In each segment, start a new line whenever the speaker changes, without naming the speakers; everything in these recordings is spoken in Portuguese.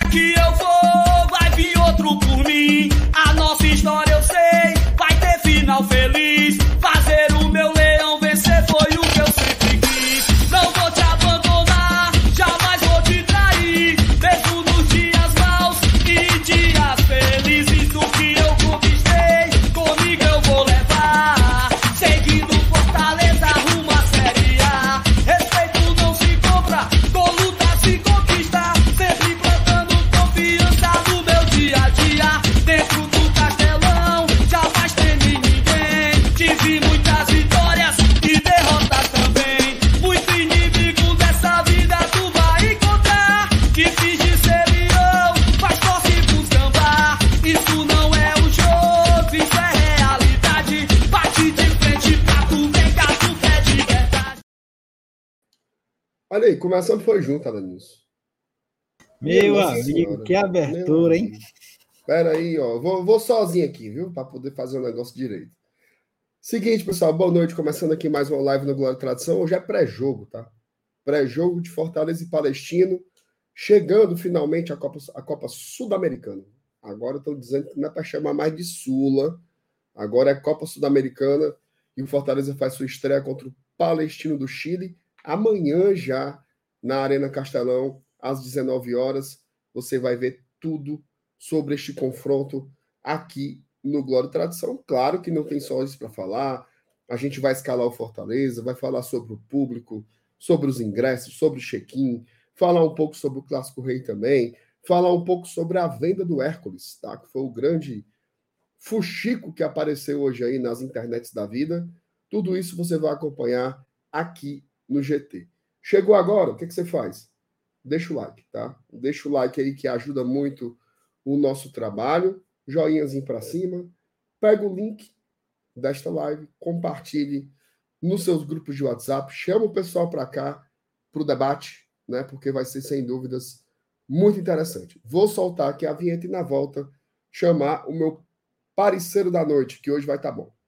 que eu vou, vai vir outro por mim. A nossa história eu sei, vai ter final feliz. Fazer o meu leão vencer foi o que eu sempre quis. Não vou te abandonar, jamais vou te trair. Mesmo nos dias maus e dias felizes. Do que eu conquistei, comigo eu vou levar. Seguindo Fortaleza rumo à Série A. Respeito não se compra, com luta se conquista. Sempre plantando confiança no meu dia a dia. Dentro do Castelão, jamais teme ninguém. Tive muitas vitórias e derrotas também. Muito inimigo dessa vida tu vai encontrar. Que finge ser leão, mas torce pros gambá. Isso não é um jogo, isso é realidade. Bate de frente pra tu ver que a tu é de verdade.
Olha aí, começando foi junto, Alanis.
Meu
Nossa
amigo,
Senhora.
que abertura, hein?
Espera aí, ó. Vou sozinho aqui, viu? Para poder fazer o negócio direito. Seguinte, pessoal, boa noite. Começando aqui mais uma live no Glória e Tradição. Hoje é pré-jogo, tá? Pré-jogo de Fortaleza e Palestino. Chegando finalmente a Copa Sul-Americana. Agora estão dizendo que não é para chamar mais de Sula. Agora é Copa Sul-Americana. E o Fortaleza faz sua estreia contra o Palestino do Chile. Amanhã já, na Arena Castelão, às 19 horas. Você vai ver tudo sobre este confronto aqui no Glória e Tradição. Claro que não tem só isso para falar. A gente vai escalar o Fortaleza, vai falar sobre o público, sobre os ingressos, sobre o check-in, falar um pouco sobre o Clássico Rei também, falar um pouco sobre a venda do Hércules, tá? Que foi o grande fuxico que apareceu hoje aí nas internets da vida. Tudo isso você vai acompanhar aqui no GT. Chegou agora, o que você faz? Deixa o like, tá? Deixa o like aí que ajuda muito o nosso trabalho. Joinhazinho para cima. Pega o link desta live, compartilhe nos seus grupos de WhatsApp, chama o pessoal para cá para o debate, né? Porque vai ser, sem dúvidas, muito interessante. Vou soltar aqui a vinheta e na volta chamar o meu parceiro da noite, que hoje vai estar bom.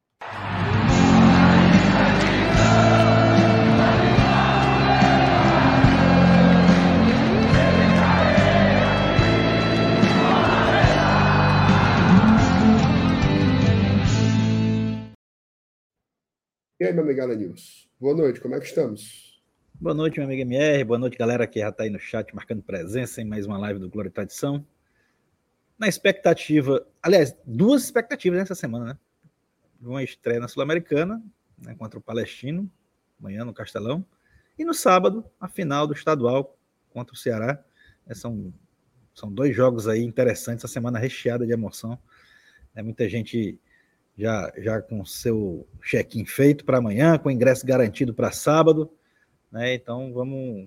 E aí, meu amigo Alanis? Boa noite, como é que estamos?
Boa noite, meu amigo MR. Boa noite, galera que já está aí no chat marcando presença em mais uma live do Glória e Tradição. Na expectativa, aliás, duas expectativas nessa semana, né? Uma estreia na Sul-Americana, né, contra o Palestino, amanhã no Castelão, e no sábado, a final do estadual contra o Ceará. São dois jogos aí interessantes, a semana recheada de emoção. Muita gente já com seu check-in feito para amanhã, com ingresso garantido para sábado, né? Então vamos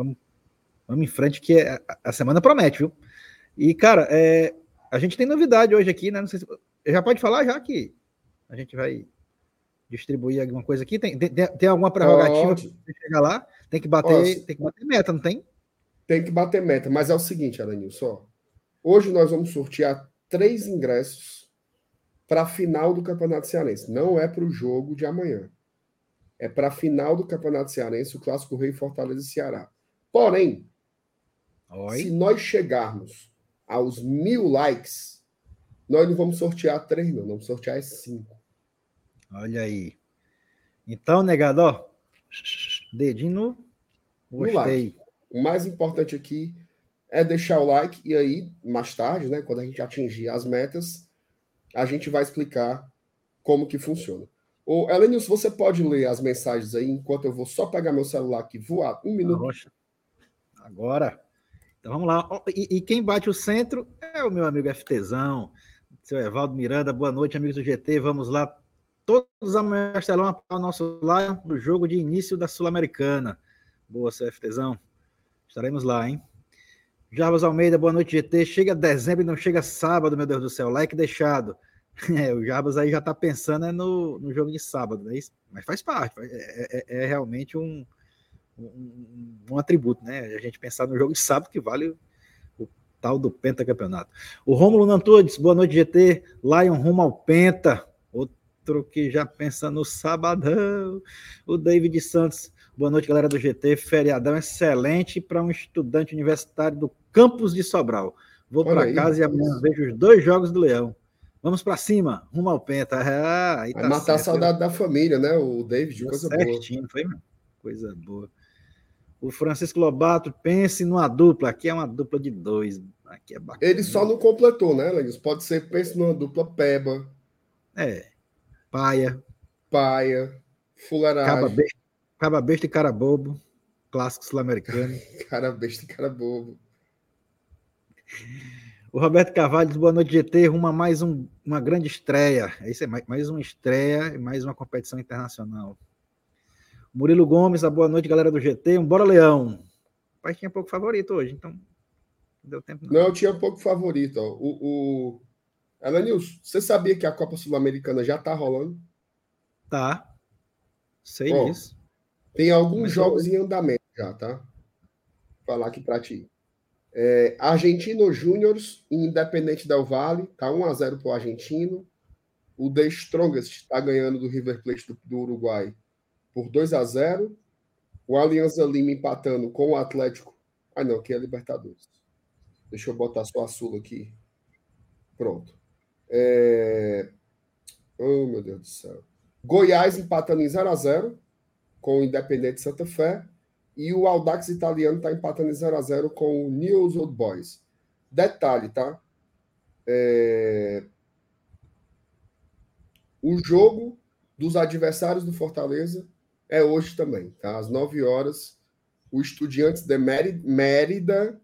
em frente, que a semana promete, viu? E, cara, a gente tem novidade hoje aqui, né? Não sei se já pode falar, já que a gente vai distribuir alguma coisa aqui. Tem alguma prerrogativa para você chegar lá? Tem que bater meta, não tem?
Tem que bater meta, mas é o seguinte, Alanilson, hoje nós vamos sortear 3 ingressos para a final do Campeonato Cearense. Não é para o jogo de amanhã. É para a final do Campeonato Cearense, o Clássico Rei Fortaleza e Ceará. Porém, se nós chegarmos aos 1000 likes, nós não vamos sortear 3, não. Vamos sortear 5.
Olha aí. Então, negado, ó, dedinho no gostei.
Like. O mais importante aqui é deixar o like e aí, mais tarde, né, quando a gente atingir as metas, a gente vai explicar como que funciona. Ô, Elenius, você pode ler as mensagens aí enquanto eu vou só pegar meu celular aqui, voar 1 minuto?
Rocha. Agora. Então vamos lá. E quem bate o centro é o meu amigo FTzão, seu Evaldo Miranda. Boa noite, amigos do GT. Vamos lá. Todos amanhã Castelão para o nosso live do jogo de início da Sul-Americana. Boa, seu FTzão. Estaremos lá, hein? Jarbas Almeida, boa noite, GT. Chega dezembro e não chega sábado, meu Deus do céu. Like deixado. O Jarbas aí já está pensando no jogo de sábado, não é isso? Mas faz parte. É realmente um atributo, né? A gente pensar no jogo de sábado que vale o tal do pentacampeonato. O Rômulo Nantudes, boa noite, GT. Lion rumo ao penta. Outro que já pensa no sabadão. O David Santos. Boa noite, galera do GT. Feriadão excelente para um estudante universitário do campus de Sobral. Vou para casa e amanhã vejo os 2 jogos do Leão. Vamos para cima, rumo ao Penta.
Aí vai matar a saudade da família, né? O David, coisa
certinho,
boa.
Foi, coisa boa. O Francisco Lobato, pense numa dupla. Aqui é uma dupla de 2. Aqui é bacana.
Ele só não completou, né, Lenils? Pode ser, pense numa dupla Peba.
Paia,
fuleiragem.
Caba besta e cara bobo. Clássico sul-americano.
Cara besta e cara bobo.
O Roberto Carvalho diz, boa noite, GT, rumo a mais uma grande estreia. Isso é mais uma estreia e mais uma competição internacional. Murilo Gomes, a boa noite, galera do GT. Bora, Leão. O pai tinha pouco favorito hoje, então não deu tempo.
Não, eu tinha pouco favorito. Ó. Elenilson, você sabia que a Copa Sul-Americana já tá rolando?
Tá. Sei disso.
Tem alguns jogos em andamento já, tá? Vou falar aqui pra ti. Argentino Júniors e Independente Del Valle, tá 1-0 pro Argentino. O The Strongest tá ganhando do River Plate do Uruguai por 2-0. O Alianza Lima empatando com o Atlético. Ah, não, aqui é Libertadores. Deixa eu botar só a Sula aqui. Pronto. Oh, meu Deus do céu. Goiás empatando em 0-0 com o Independente Santa Fé. E o Audax italiano está empatando em 0-0 com o Newell's Old Boys. Detalhe, tá? O jogo dos adversários do Fortaleza é hoje também, tá? Às 9 horas, o Estudiantes de Mérida,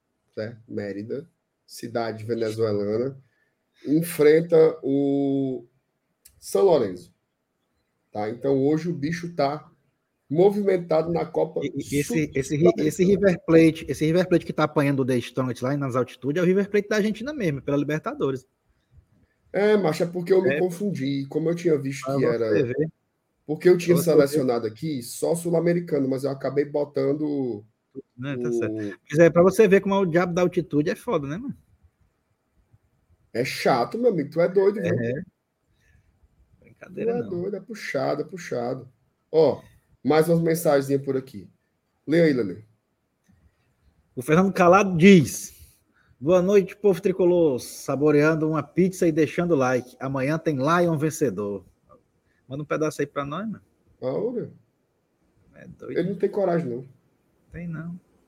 cidade venezuelana, enfrenta o São Lourenço. Tá? Então, hoje o bicho está movimentado na Copa.
Esse River Plate que está apanhando o The Strongest lá nas altitudes é o River Plate da Argentina mesmo, pela Libertadores.
Mas é porque eu me confundi. Como eu tinha visto que era... Porque eu tinha selecionado aqui só sul-americano, mas eu acabei botando...
Tá certo. Mas para você ver como é o diabo da altitude é foda, né, mano?
É chato, meu amigo. Tu é doido, viu?
Brincadeira,
tu é doido, é puxado. Ó, mais umas mensagens por aqui. Lê aí, Lelê.
O Fernando Calado diz: boa noite, povo tricolor, saboreando uma pizza e deixando o like. Amanhã tem Lion vencedor. Manda um pedaço aí pra nós, mano.
Olha.
É doido.
Ele não tem coragem, não.
Tem, não.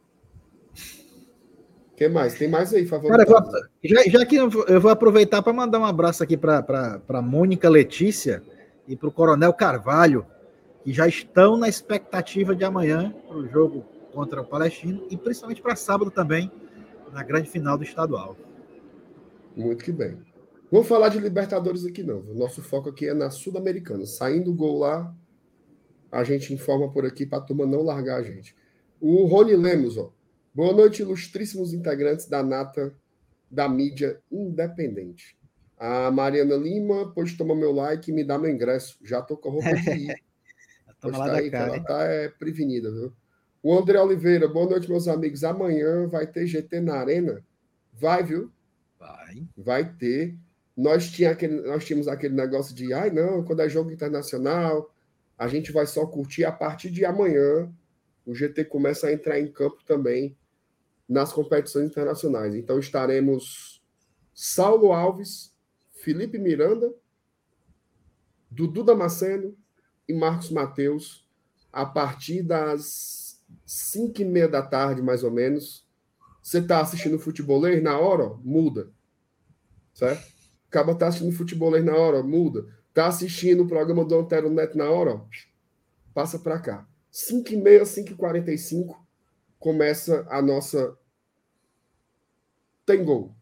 O que mais? Tem mais aí, favor.
Cara, já que eu vou aproveitar para mandar um abraço aqui para Mônica Letícia e para o Coronel Carvalho, que já estão na expectativa de amanhã para o jogo contra o Palestino e principalmente para sábado também, na grande final do estadual.
Muito que bem. Vamos falar de Libertadores aqui, não. O nosso foco aqui é na Sul-Americana. Saindo o gol lá, a gente informa por aqui para a turma não largar a gente. O Rony Lemos, ó. Boa noite, ilustríssimos integrantes da nata da mídia independente. A Mariana Lima, pois toma meu like e me dá meu ingresso. Já tô com a roupa de ir.
Toma lá da cara,
ela tá prevenida, viu? O André Oliveira, boa noite, meus amigos. Amanhã vai ter GT na Arena? Vai, viu? Vai ter. Nós tínhamos aquele negócio de, não, quando é jogo internacional, a gente vai só curtir. A partir de amanhã, o GT começa a entrar em campo também nas competições internacionais. Então, estaremos Saulo Alves, Felipe Miranda, Dudu Damasceno e Marcos Mateus a partir das 5h30 da tarde, mais ou menos. Você está assistindo futebolês na hora? Ó, muda. Certo? Acaba tá assistindo futebolês na hora? Ó, muda. Está assistindo o programa do Antero Neto na hora? Ó, passa para cá. 5h30, 5h45, começa a nossa Tem Gol.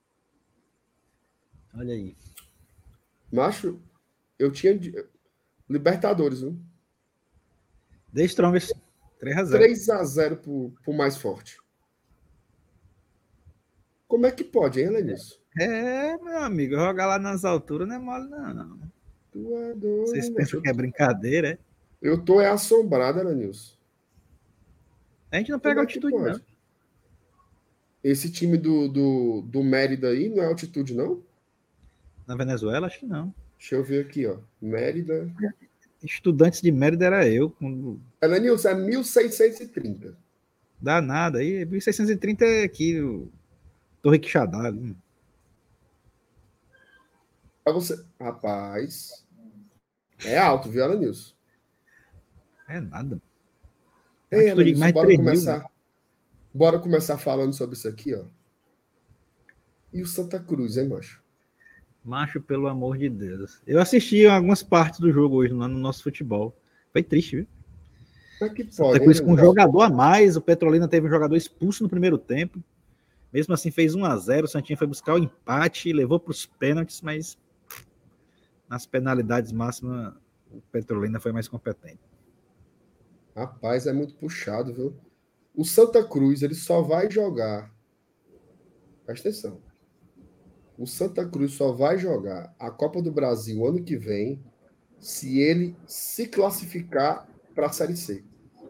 Olha aí.
Macho, eu tinha... Libertadores, viu?
The Strongest, 3-0.
3-0 pro mais forte. Como é que pode, hein, Lenilson?
Meu amigo, jogar lá nas alturas não é mole, não.
Tu é doido.
Vocês pensam que é brincadeira, é?
Eu tô assombrado, Lenilson.
A gente não pega altitude, não.
Esse time do Mérida aí não é altitude, não?
Na Venezuela, acho que não.
Deixa eu ver aqui, ó. Mérida.
Estudantes de Mérida era eu.
Elenilson, é 1630.
Dá nada. Aí 1630 é aqui, o Torre Quixadá.
Pra você... Rapaz, é alto, viu, Elenilson?
É nada.
Ei,
Atitude de
Elenilson,
mais de 3 mil, né?
Bora começar falando sobre isso aqui, ó. E o Santa Cruz, hein, macho?
Macho, pelo amor de Deus. Eu assisti algumas partes do jogo hoje lá no nosso futebol. Foi triste, viu?
Como é que
Santa
pode, hein,
Cruz com um
Elenilson?
jogador a mais. O Petrolina teve um jogador expulso no primeiro tempo. Mesmo assim, fez 1-0. O Santinha foi buscar o empate, levou para os pênaltis, mas nas penalidades máximas, o Petrolina foi mais competente.
Rapaz, é muito puxado, viu? O Santa Cruz, ele só vai jogar. Presta atenção. O Santa Cruz só vai jogar a Copa do Brasil ano que vem se ele se classificar para a Série C.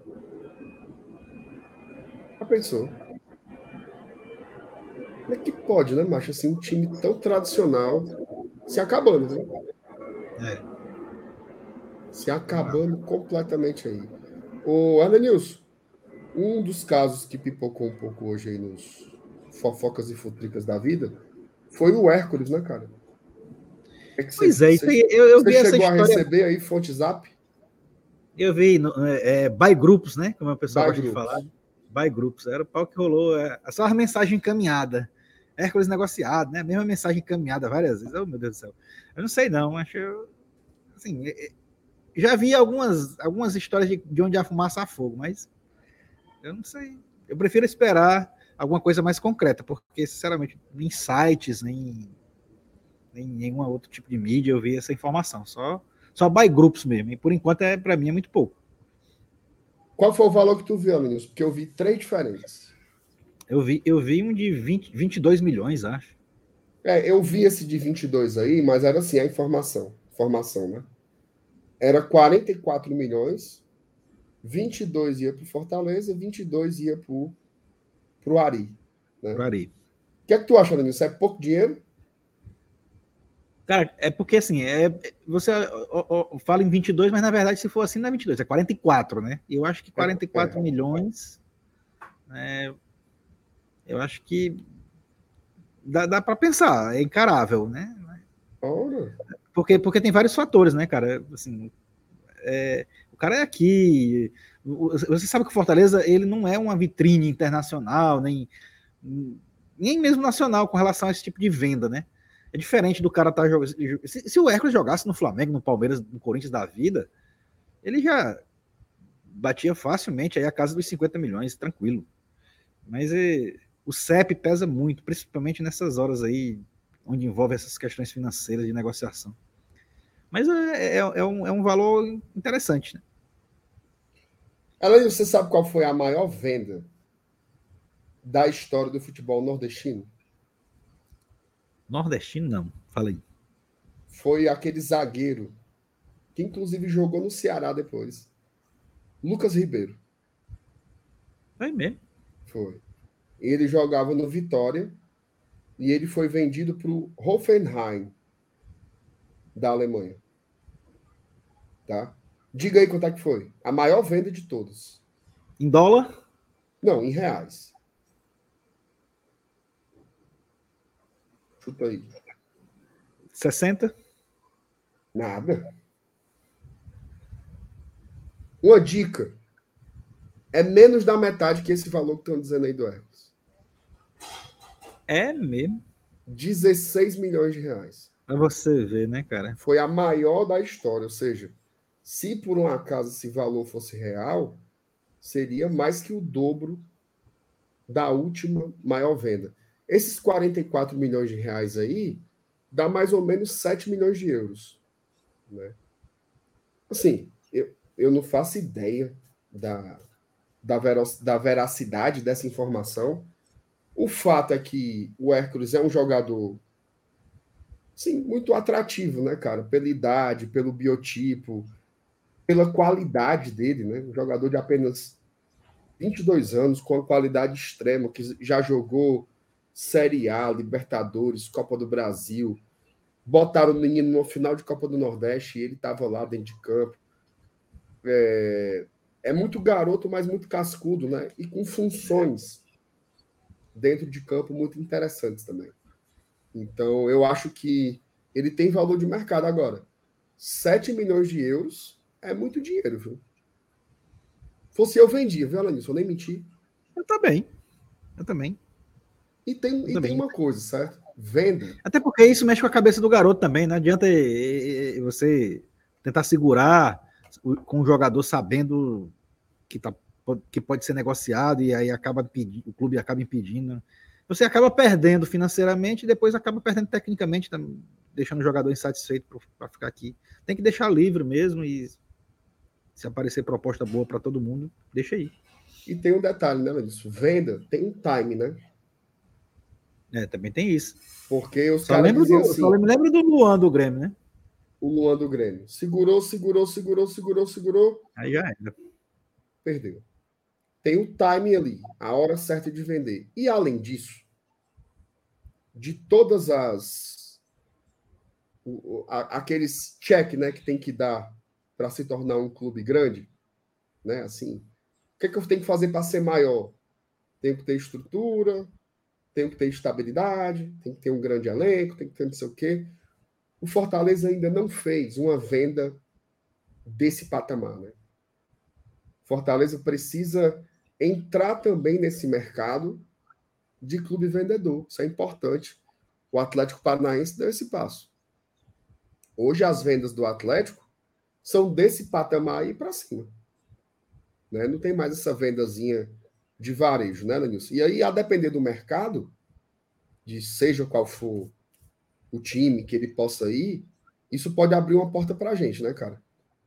Já pensou? Como é que pode, né, macho? Assim, um time tão tradicional se acabando, né?
É.
Se acabando completamente aí. Ô, Elenilson, um dos casos que pipocou um pouco hoje aí nos fofocas e futricas da vida foi o Hércules, né, cara? É que
Pois é, isso aí, eu
você
vi essa
chegou a
história.
receber aí fonte Zap?
Eu vi by grupos, né? Como o pessoal
By
gosta de
grupos.
falar. By grupos. Era o pau que rolou. Só a mensagem encaminhada. Hércules negociado, né? A mesma mensagem encaminhada várias vezes. Oh, meu Deus do céu. Eu não sei, não. Acho. Assim, já vi algumas histórias de onde a fumaça há fogo, mas eu não sei. Eu prefiro esperar alguma coisa mais concreta, porque, sinceramente, em sites, nem nenhum outro tipo de mídia eu vi essa informação. Só by grupos mesmo. E por enquanto, para mim, é muito pouco.
Qual foi o valor que tu viu, Elenilson? Porque eu vi 3 diferentes.
Eu vi um de 22 milhões, acho.
Eu vi esse de 22 aí, mas era assim, a informação, né? Era 44 milhões, 22 ia para o Fortaleza, 22 ia para o Ari, né? O
Ari.
que é que tu acha, Elenilson? É pouco dinheiro?
Cara, é porque assim, você fala em 22, mas na verdade, se for assim, não é 22, é 44, né? Eu acho que 44 milhões, eu acho que dá para pensar, é encarável, né?
Ora.
Porque tem vários fatores, né, cara? Assim, o cara é aqui. Você sabe que o Fortaleza ele não é uma vitrine internacional, nem mesmo nacional com relação a esse tipo de venda, né? É diferente do cara estar jogando. Se o Hércules jogasse no Flamengo, no Palmeiras, no Corinthians da vida, ele já batia facilmente aí a casa dos 50 milhões, tranquilo. Mas o CEP pesa muito, principalmente nessas horas aí, onde envolve essas questões financeiras de negociação. Mas é um valor interessante, né?
Elenilson, você sabe qual foi a maior venda da história do futebol nordestino?
Nordestino, não. Falei.
Foi aquele zagueiro que inclusive jogou no Ceará depois. Lucas Ribeiro.
Foi mesmo.
Foi. Ele jogava no Vitória e ele foi vendido para o Hoffenheim da Alemanha. Tá? Diga aí quanto é que foi. A maior venda de todas.
Em dólar?
Não, em reais. Chuta aí.
60?
Nada. Uma dica. É menos da metade que esse valor que estão dizendo aí do Hércules.
É mesmo.
16 milhões de reais.
Pra você ver, né, cara?
Foi a maior da história. Ou seja, se por um acaso esse valor fosse real, seria mais que o dobro da última maior venda. Esses 44 milhões de reais aí dá mais ou menos 7 milhões de euros. Né? Assim, eu não faço ideia da veracidade dessa informação. O fato é que o Hércules é um jogador sim, muito atrativo, né, cara? Pela idade, pelo biotipo, pela qualidade dele, né? Um jogador de apenas 22 anos, com uma qualidade extrema, que já jogou Série A, Libertadores, Copa do Brasil. Botaram o menino no final de Copa do Nordeste e ele estava lá dentro de campo. é muito garoto, mas muito cascudo, né? E com funções dentro de campo muito interessantes também. Então, eu acho que ele tem valor de mercado agora. 7 milhões de euros é muito dinheiro, viu? Fosse eu, vendia, viu, Alanis? Eu nem menti.
Eu também.
E tem uma coisa, certo? Venda.
Até porque isso mexe com a cabeça do garoto também. Não adianta você tentar segurar com o jogador sabendo que pode ser negociado e aí o clube acaba impedindo. Você acaba perdendo financeiramente e depois acaba perdendo tecnicamente, deixando o jogador insatisfeito para ficar aqui. Tem que deixar livre mesmo e se aparecer proposta boa para todo mundo, deixa aí.
E tem um detalhe, né, Lenilson? Venda tem um time, né?
Também tem isso.
Porque os caras diziam assim...
Só me lembro do Luan do Grêmio, né?
O Luan do Grêmio. Segurou.
Aí já era.
Perdeu. Tem o time ali, a hora certa de vender. E além disso, de todas aqueles check, né, que tem que dar para se tornar um clube grande, né, assim, o que eu tenho que fazer para ser maior? Tenho que ter estrutura, tenho que ter estabilidade, tem que ter um grande elenco, tem que ter não sei o quê. O Fortaleza ainda não fez uma venda desse patamar, né? Fortaleza precisa entrar também nesse mercado de clube vendedor. Isso é importante. O Atlético Paranaense deu esse passo. Hoje as vendas do Atlético são desse patamar aí para cima. Né? Não tem mais essa vendazinha de varejo, né, Lenilson? E aí, a depender do mercado, de seja qual for o time que ele possa ir, isso pode abrir uma porta para a gente, né, cara?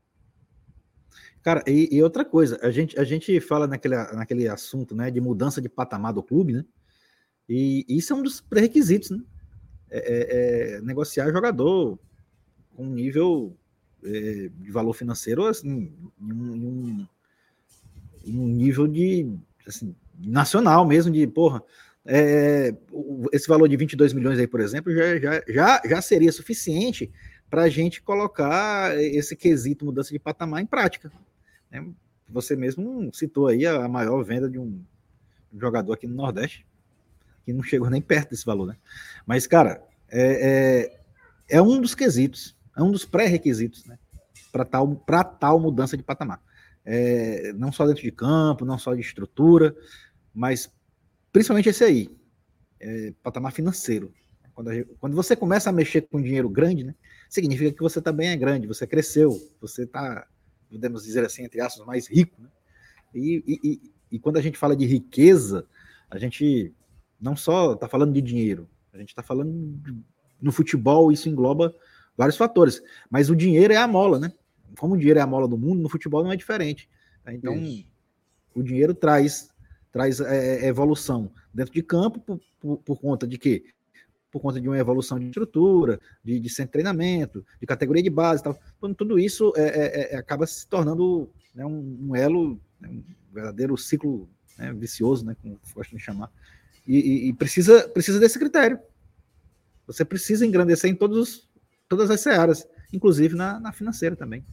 Cara, e outra coisa, a gente fala naquele assunto, né, de mudança de patamar do clube, né? E isso é um dos pré-requisitos, né? Negociar jogador com um nível de valor financeiro, assim, em um nível de, assim, nacional mesmo, de, porra, esse valor de 22 milhões aí, por exemplo, já seria suficiente para a gente colocar esse quesito mudança de patamar em prática. Você mesmo citou aí a maior venda de um jogador aqui no Nordeste, que não chegou nem perto desse valor, né? Mas, cara, é um dos quesitos, é um dos pré-requisitos, né? Para tal mudança de patamar. Não só dentro de campo, não só de estrutura, mas principalmente esse aí, patamar financeiro. Quando você começa a mexer com dinheiro grande, né? Significa que você também é grande, você cresceu, você está, podemos dizer assim, entre aspas, mais rico, né? E quando a gente fala de riqueza, a gente não só está falando de dinheiro, a gente está falando no futebol, isso engloba vários fatores, mas o dinheiro é a mola, né? Como o dinheiro é a mola do mundo, no futebol não é diferente. Tá? Então, o dinheiro traz evolução dentro de campo por conta de quê? Por conta de uma evolução de estrutura, de centro de treinamento, de categoria de base e tal. Então, tudo isso acaba se tornando, né, um elo, né, um verdadeiro ciclo, né, vicioso, né, como gosto de chamar. E precisa desse critério. Você precisa engrandecer em todas as áreas, inclusive na financeira também.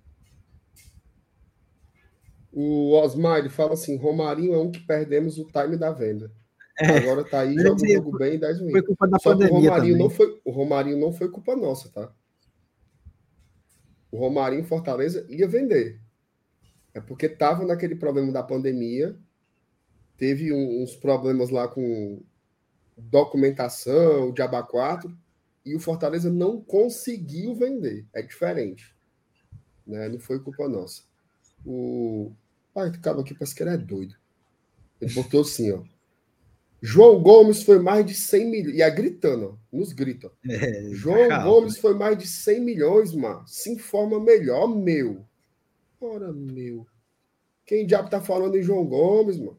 O Osmar, ele fala assim, Romarinho é um que perdemos o time da venda. Agora tá aí, joga o jogo bem e 10 minutos.
Foi culpa da pandemia também.
O Romarinho não foi culpa nossa, tá? O Romarinho Fortaleza ia vender. É porque tava naquele problema da pandemia, teve uns problemas lá com documentação, Diaba 4, e o Fortaleza não conseguiu vender. É diferente. Né? Não foi culpa nossa. Acaba aqui, parece que ele é doido. Ele botou assim, ó. João Gomes foi mais de 100 milhões. E é gritando, ó, nos grita. João Gomes foi mais de 100 milhões, mano. Se informa melhor, meu. Ora, meu. Quem diabo tá falando em João Gomes, mano?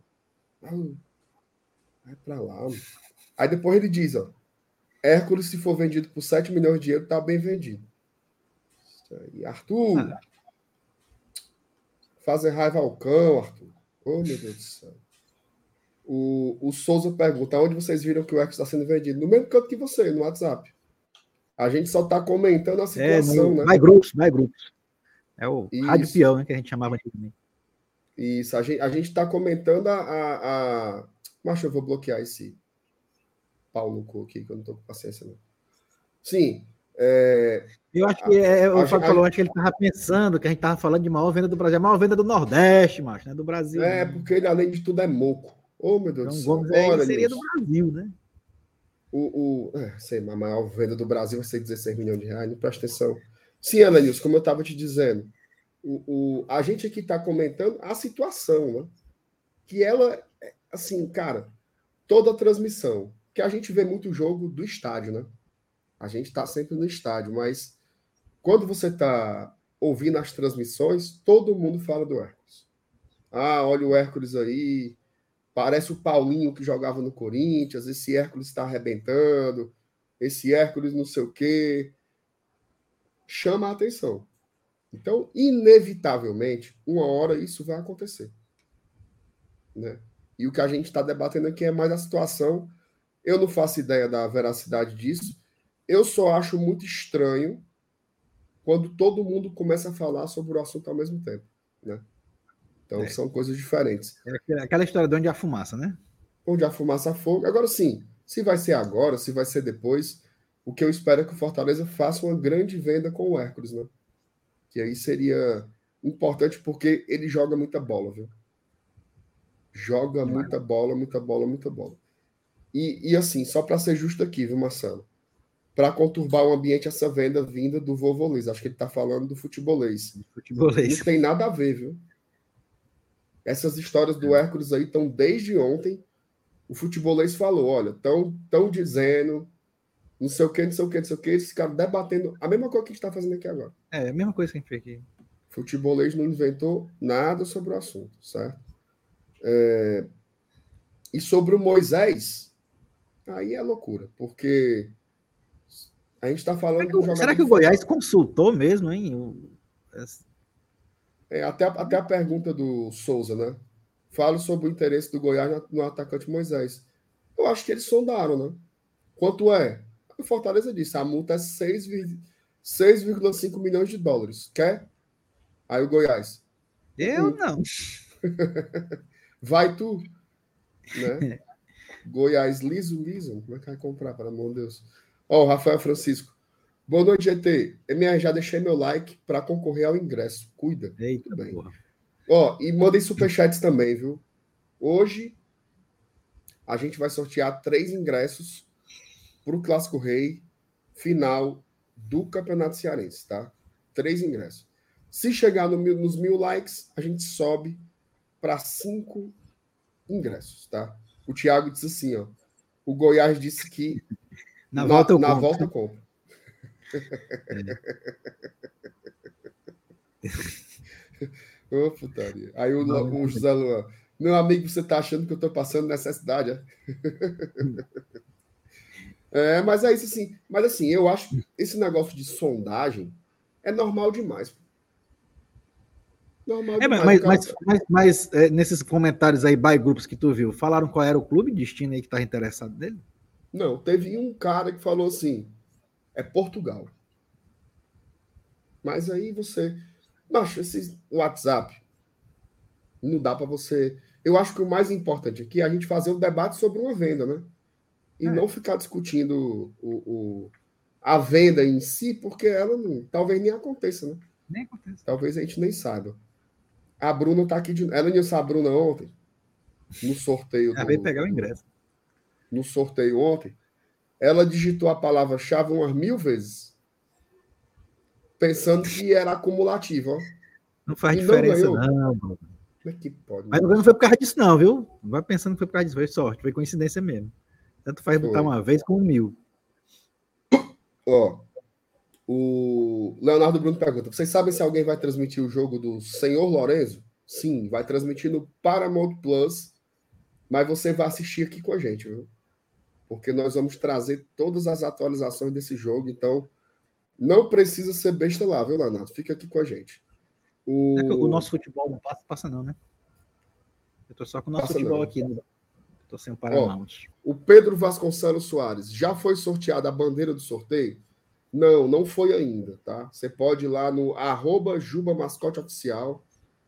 Vai pra lá, mano. Aí depois ele diz, ó. Hércules, se for vendido por 7 milhões de euros, tá bem vendido. E Arthur. Fazer raiva ao cão, Arthur. Oh, meu Deus do céu. O Souza pergunta, onde vocês viram que o Hércules está sendo vendido? No mesmo canto que você, no WhatsApp. A gente só está comentando a situação, né?
Vai grupos. É o rádio peão, né, que a gente chamava antigamente.
Isso, a gente está comentando Mas eu vou bloquear esse pau no cu aqui, que eu não estou com paciência, não. Sim.
Eu acho que o Fábio falou, acho que ele estava pensando que a gente estava falando de maior venda do Brasil, a maior venda do Nordeste, macho, né? Do Brasil.
Porque ele, além de tudo, é moco. Oh, meu Deus do céu.
Gomes aí seria do Brasil, né?
Sei, a maior venda do Brasil vai ser 16 milhões de reais, não presta atenção. Sim, Ananilson, como eu estava te dizendo, a gente aqui está comentando a situação, né? Que ela, assim, cara, toda a transmissão, que a gente vê muito jogo do estádio, né? A gente está sempre no estádio, mas quando você está ouvindo as transmissões, todo mundo fala do Hércules. Olha o Hércules aí, parece o Paulinho que jogava no Corinthians, esse Hércules está arrebentando, esse Hércules não sei o quê. Chama a atenção. Então, inevitavelmente, uma hora isso vai acontecer. Né? E o que a gente está debatendo aqui é mais a situação. Eu não faço ideia da veracidade disso. Eu só acho muito estranho quando todo mundo começa a falar sobre o assunto ao mesmo tempo. Né? Então, são coisas diferentes.
É aquela história de onde há fumaça, né?
Onde há fumaça, há fogo. Agora, sim, se vai ser agora, se vai ser depois, o que eu espero é que o Fortaleza faça uma grande venda com o Hércules, né? Que aí seria importante, porque ele joga muita bola, viu? Joga muita bola, muita bola, muita bola. E assim, só para ser justo aqui, viu, Marcelo? Para conturbar o ambiente, essa venda vinda do Vovolês. Acho que ele está falando do futebolês. Não tem nada a ver, viu? Essas histórias do Hércules aí estão desde ontem. O futebolês falou, olha, estão dizendo, não sei o que, não sei o que, não sei o que, esses caras debatendo a mesma coisa que a gente está fazendo aqui agora.
A mesma coisa que a gente fez aqui.
O futebolês não inventou nada sobre o assunto, certo? E sobre o Moisés, aí é loucura, porque a gente está falando do jogador.
Será que o Goiás consultou mesmo, hein?
Até a pergunta do Souza, né? Falo sobre o interesse do Goiás no atacante Moisés. Eu acho que eles sondaram, né? Quanto é? O Fortaleza disse, a multa é 6,5 milhões de dólares. Quer? Aí o Goiás.
Eu não.
Vai tu. Né? Goiás liso. Como é que vai comprar, pelo amor de Deus? O Rafael Francisco. Boa noite, GT. MR, já deixei meu like para concorrer ao ingresso. Cuida.
Eita,
tudo bem.
Porra.
E mandem superchats também, viu? Hoje a gente vai sortear 3 ingressos para o Clássico Rei final do Campeonato Cearense, tá? 3 ingressos. Se chegar nos 1000 likes, a gente sobe para 5 ingressos, tá? O Thiago disse assim, ó. O Goiás disse que na volta compra. Ô, putaria. Aí o José Luan, meu amigo, você tá achando que eu tô passando necessidade, mas é isso assim. Mas assim, eu acho que esse negócio de sondagem é normal demais. Normal demais.
Mas nesses comentários aí, by grupos que tu viu, falaram qual era o clube destino aí que tava interessado nele?
Não, teve um cara que falou assim, é Portugal. Mas aí você... Macho, esse WhatsApp não dá para você... Eu acho que o mais importante aqui é a gente fazer um debate sobre uma venda, né? E não ficar discutindo a venda em si, porque ela talvez nem aconteça, né?
Nem acontece.
Talvez a gente nem saiba. A Bruna tá aqui de... Ela não a Bruna ontem, no sorteio
Ela veio pegar o ingresso.
No sorteio ontem, ela digitou a palavra-chave umas 1000 vezes, pensando que era acumulativo, ó.
Não faz diferença, não.
Como é que pode?
Mas não foi por causa disso, não, viu? Não vai pensando que foi por causa disso, foi sorte, foi coincidência mesmo. Tanto faz botar uma vez como 1000.
O Leonardo Bruno pergunta: vocês sabem se alguém vai transmitir o jogo do Senhor Lorenzo? Sim, vai transmitir no Paramount Plus, mas você vai assistir aqui com a gente, viu? Porque nós vamos trazer todas as atualizações desse jogo, então não precisa ser besta lá, viu, Leonardo? Fica aqui com a gente.
O nosso futebol não passa não, né? Eu tô só com o nosso futebol aqui, né? Tô sem o Paramount.
O Pedro Vasconcelos Soares, já foi sorteada a bandeira do sorteio? Não, não foi ainda, tá? Você pode ir lá no @JubaMascoteOficial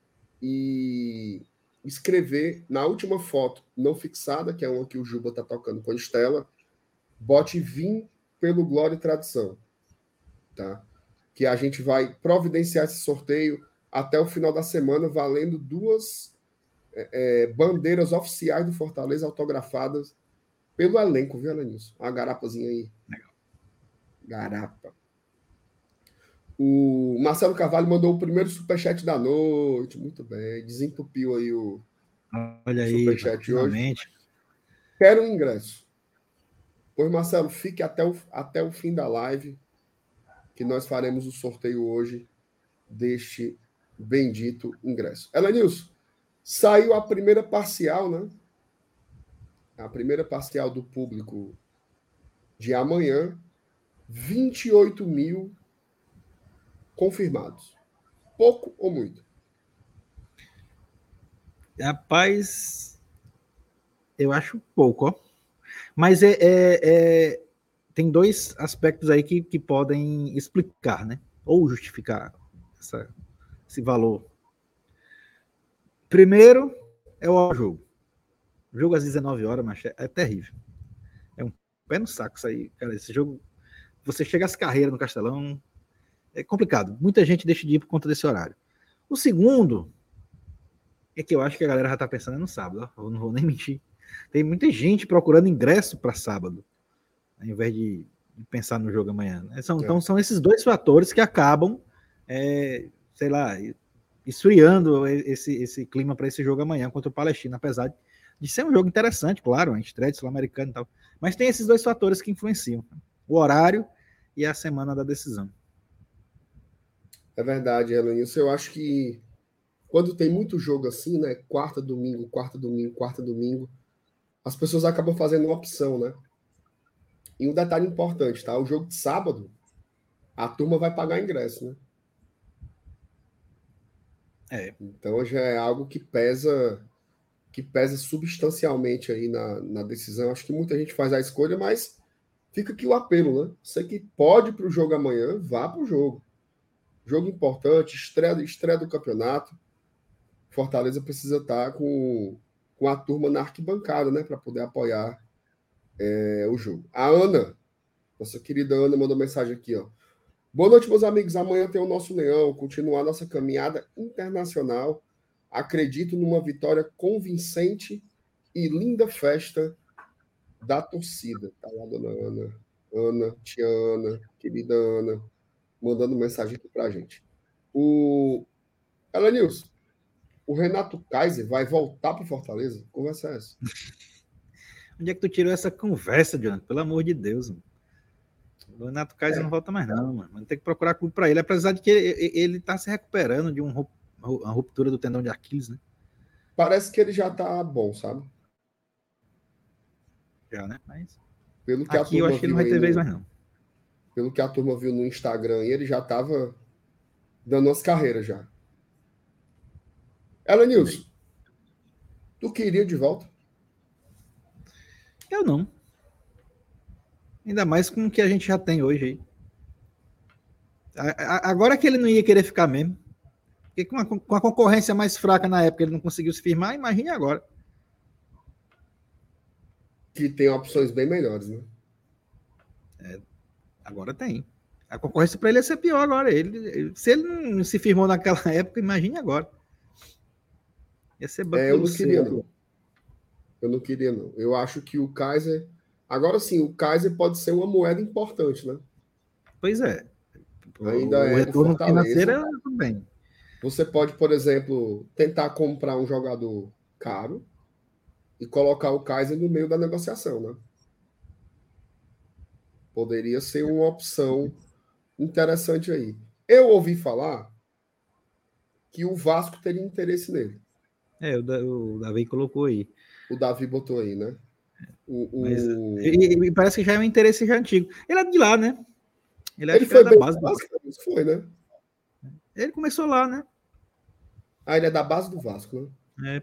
e escrever na última foto não fixada, que é uma que o Juba tá tocando com a Estela, bote vim pelo Glória e Tradição, tá? Que a gente vai providenciar esse sorteio até o final da semana, valendo 2 bandeiras oficiais do Fortaleza autografadas pelo elenco, viu, Alanilson? Uma garapazinha aí.
Legal.
Garapa. O Marcelo Carvalho mandou o primeiro superchat da noite. Muito bem. Desentupiu aí o
Olha aí,
superchat
finalmente.
hoje. Quero um ingresso. Pois, Marcelo, fique até o fim da live, que nós faremos o sorteio hoje deste bendito ingresso. Elenilson, saiu a primeira parcial, né? A primeira parcial do público de amanhã. 28 mil confirmados. Pouco ou muito?
Rapaz, eu acho pouco, ó. Mas tem 2 aspectos aí que podem explicar, né? Ou justificar esse valor. Primeiro é o jogo. O jogo às 19 horas, mas é terrível. É um pé no saco isso aí, cara. Esse jogo, você chega às carreiras no Castelão, é complicado. Muita gente deixa de ir por conta desse horário. O segundo é que eu acho que a galera já tá pensando no sábado, ó. Eu não vou nem mentir. Tem muita gente procurando ingresso para sábado, ao invés de pensar no jogo amanhã. Né? Então são esses 2 fatores que acabam, sei lá, esfriando esse clima para esse jogo amanhã contra o Palestina, apesar de ser um jogo interessante, claro, a estreia de Sul-Americano e tal. Mas tem esses 2 fatores que influenciam: o horário e a semana da decisão.
É verdade, Elenilson. Eu acho que quando tem muito jogo assim, né? Quarta, domingo, as pessoas acabam fazendo uma opção, né? E um detalhe importante, tá? O jogo de sábado, a turma vai pagar ingresso, né? Então já é algo que pesa substancialmente aí na decisão. Acho que muita gente faz a escolha, mas fica aqui o apelo, né? Você que pode para o jogo amanhã, vá para o jogo. Jogo importante, estreia do campeonato. Fortaleza precisa estar com a turma na arquibancada, né? Para poder apoiar o jogo. A Ana, nossa querida Ana, mandou mensagem aqui, ó. Boa noite, meus amigos. Amanhã tem o nosso Leão, continuar nossa caminhada internacional. Acredito numa vitória convincente e linda festa da torcida. Tá lá, dona Ana. Ana, tia Ana, querida Ana, mandando mensagem aqui pra gente. Elenilson, o Renato Kaiser vai voltar para Fortaleza? Conversa é essa?
Onde é que tu tirou essa conversa, Jonathan? Pelo amor de Deus, mano. O Renato Kaiser não volta mais, não, mano. Tem que procurar clube para ele, apesar de que ele tá se recuperando de uma ruptura do tendão de Aquiles, né?
Parece que ele já tá bom, sabe?
Já, né? Mas
Pelo que
aqui eu acho que ele não vai ter vez mais, não.
Pelo que a turma viu no Instagram, ele já tava dando umas carreiras já. Elenilson, tu queria de volta?
Eu não. Ainda mais com o que a gente já tem hoje aí. Agora que ele não ia querer ficar mesmo. Porque com a concorrência mais fraca na época ele não conseguiu se firmar, imagine agora.
Que tem opções bem melhores, né?
Agora tem. A concorrência para ele ia ser pior agora. Se ele não se firmou naquela época, imagine agora. Ia ser banco
eu não queria, não. Eu não queria, não. Eu acho que o Kaiser... Agora sim, o Kaiser pode ser uma moeda importante, né?
Pois é.
Ainda
o retorno financeiro é tudo bem.
Você pode, por exemplo, tentar comprar um jogador caro e colocar o Kaiser no meio da negociação, né? Poderia ser uma opção interessante aí. Eu ouvi falar que o Vasco teria interesse nele.
O Davi colocou aí.
O Davi botou aí, né?
Mas, e parece que já é um interesse já antigo. Ele é de lá, né?
Ele foi da base. Foi, né?
Ele começou lá, né?
Ele é da base do Vasco, né?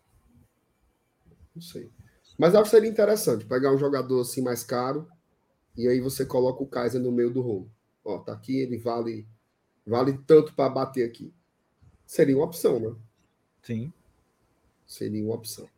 Não sei. Mas acho que seria interessante pegar um jogador assim mais caro e aí você coloca o Kaiser no meio do rolo. Ó, tá aqui, ele vale tanto para bater aqui. Seria uma opção, né?
Sim.
Seria uma opção.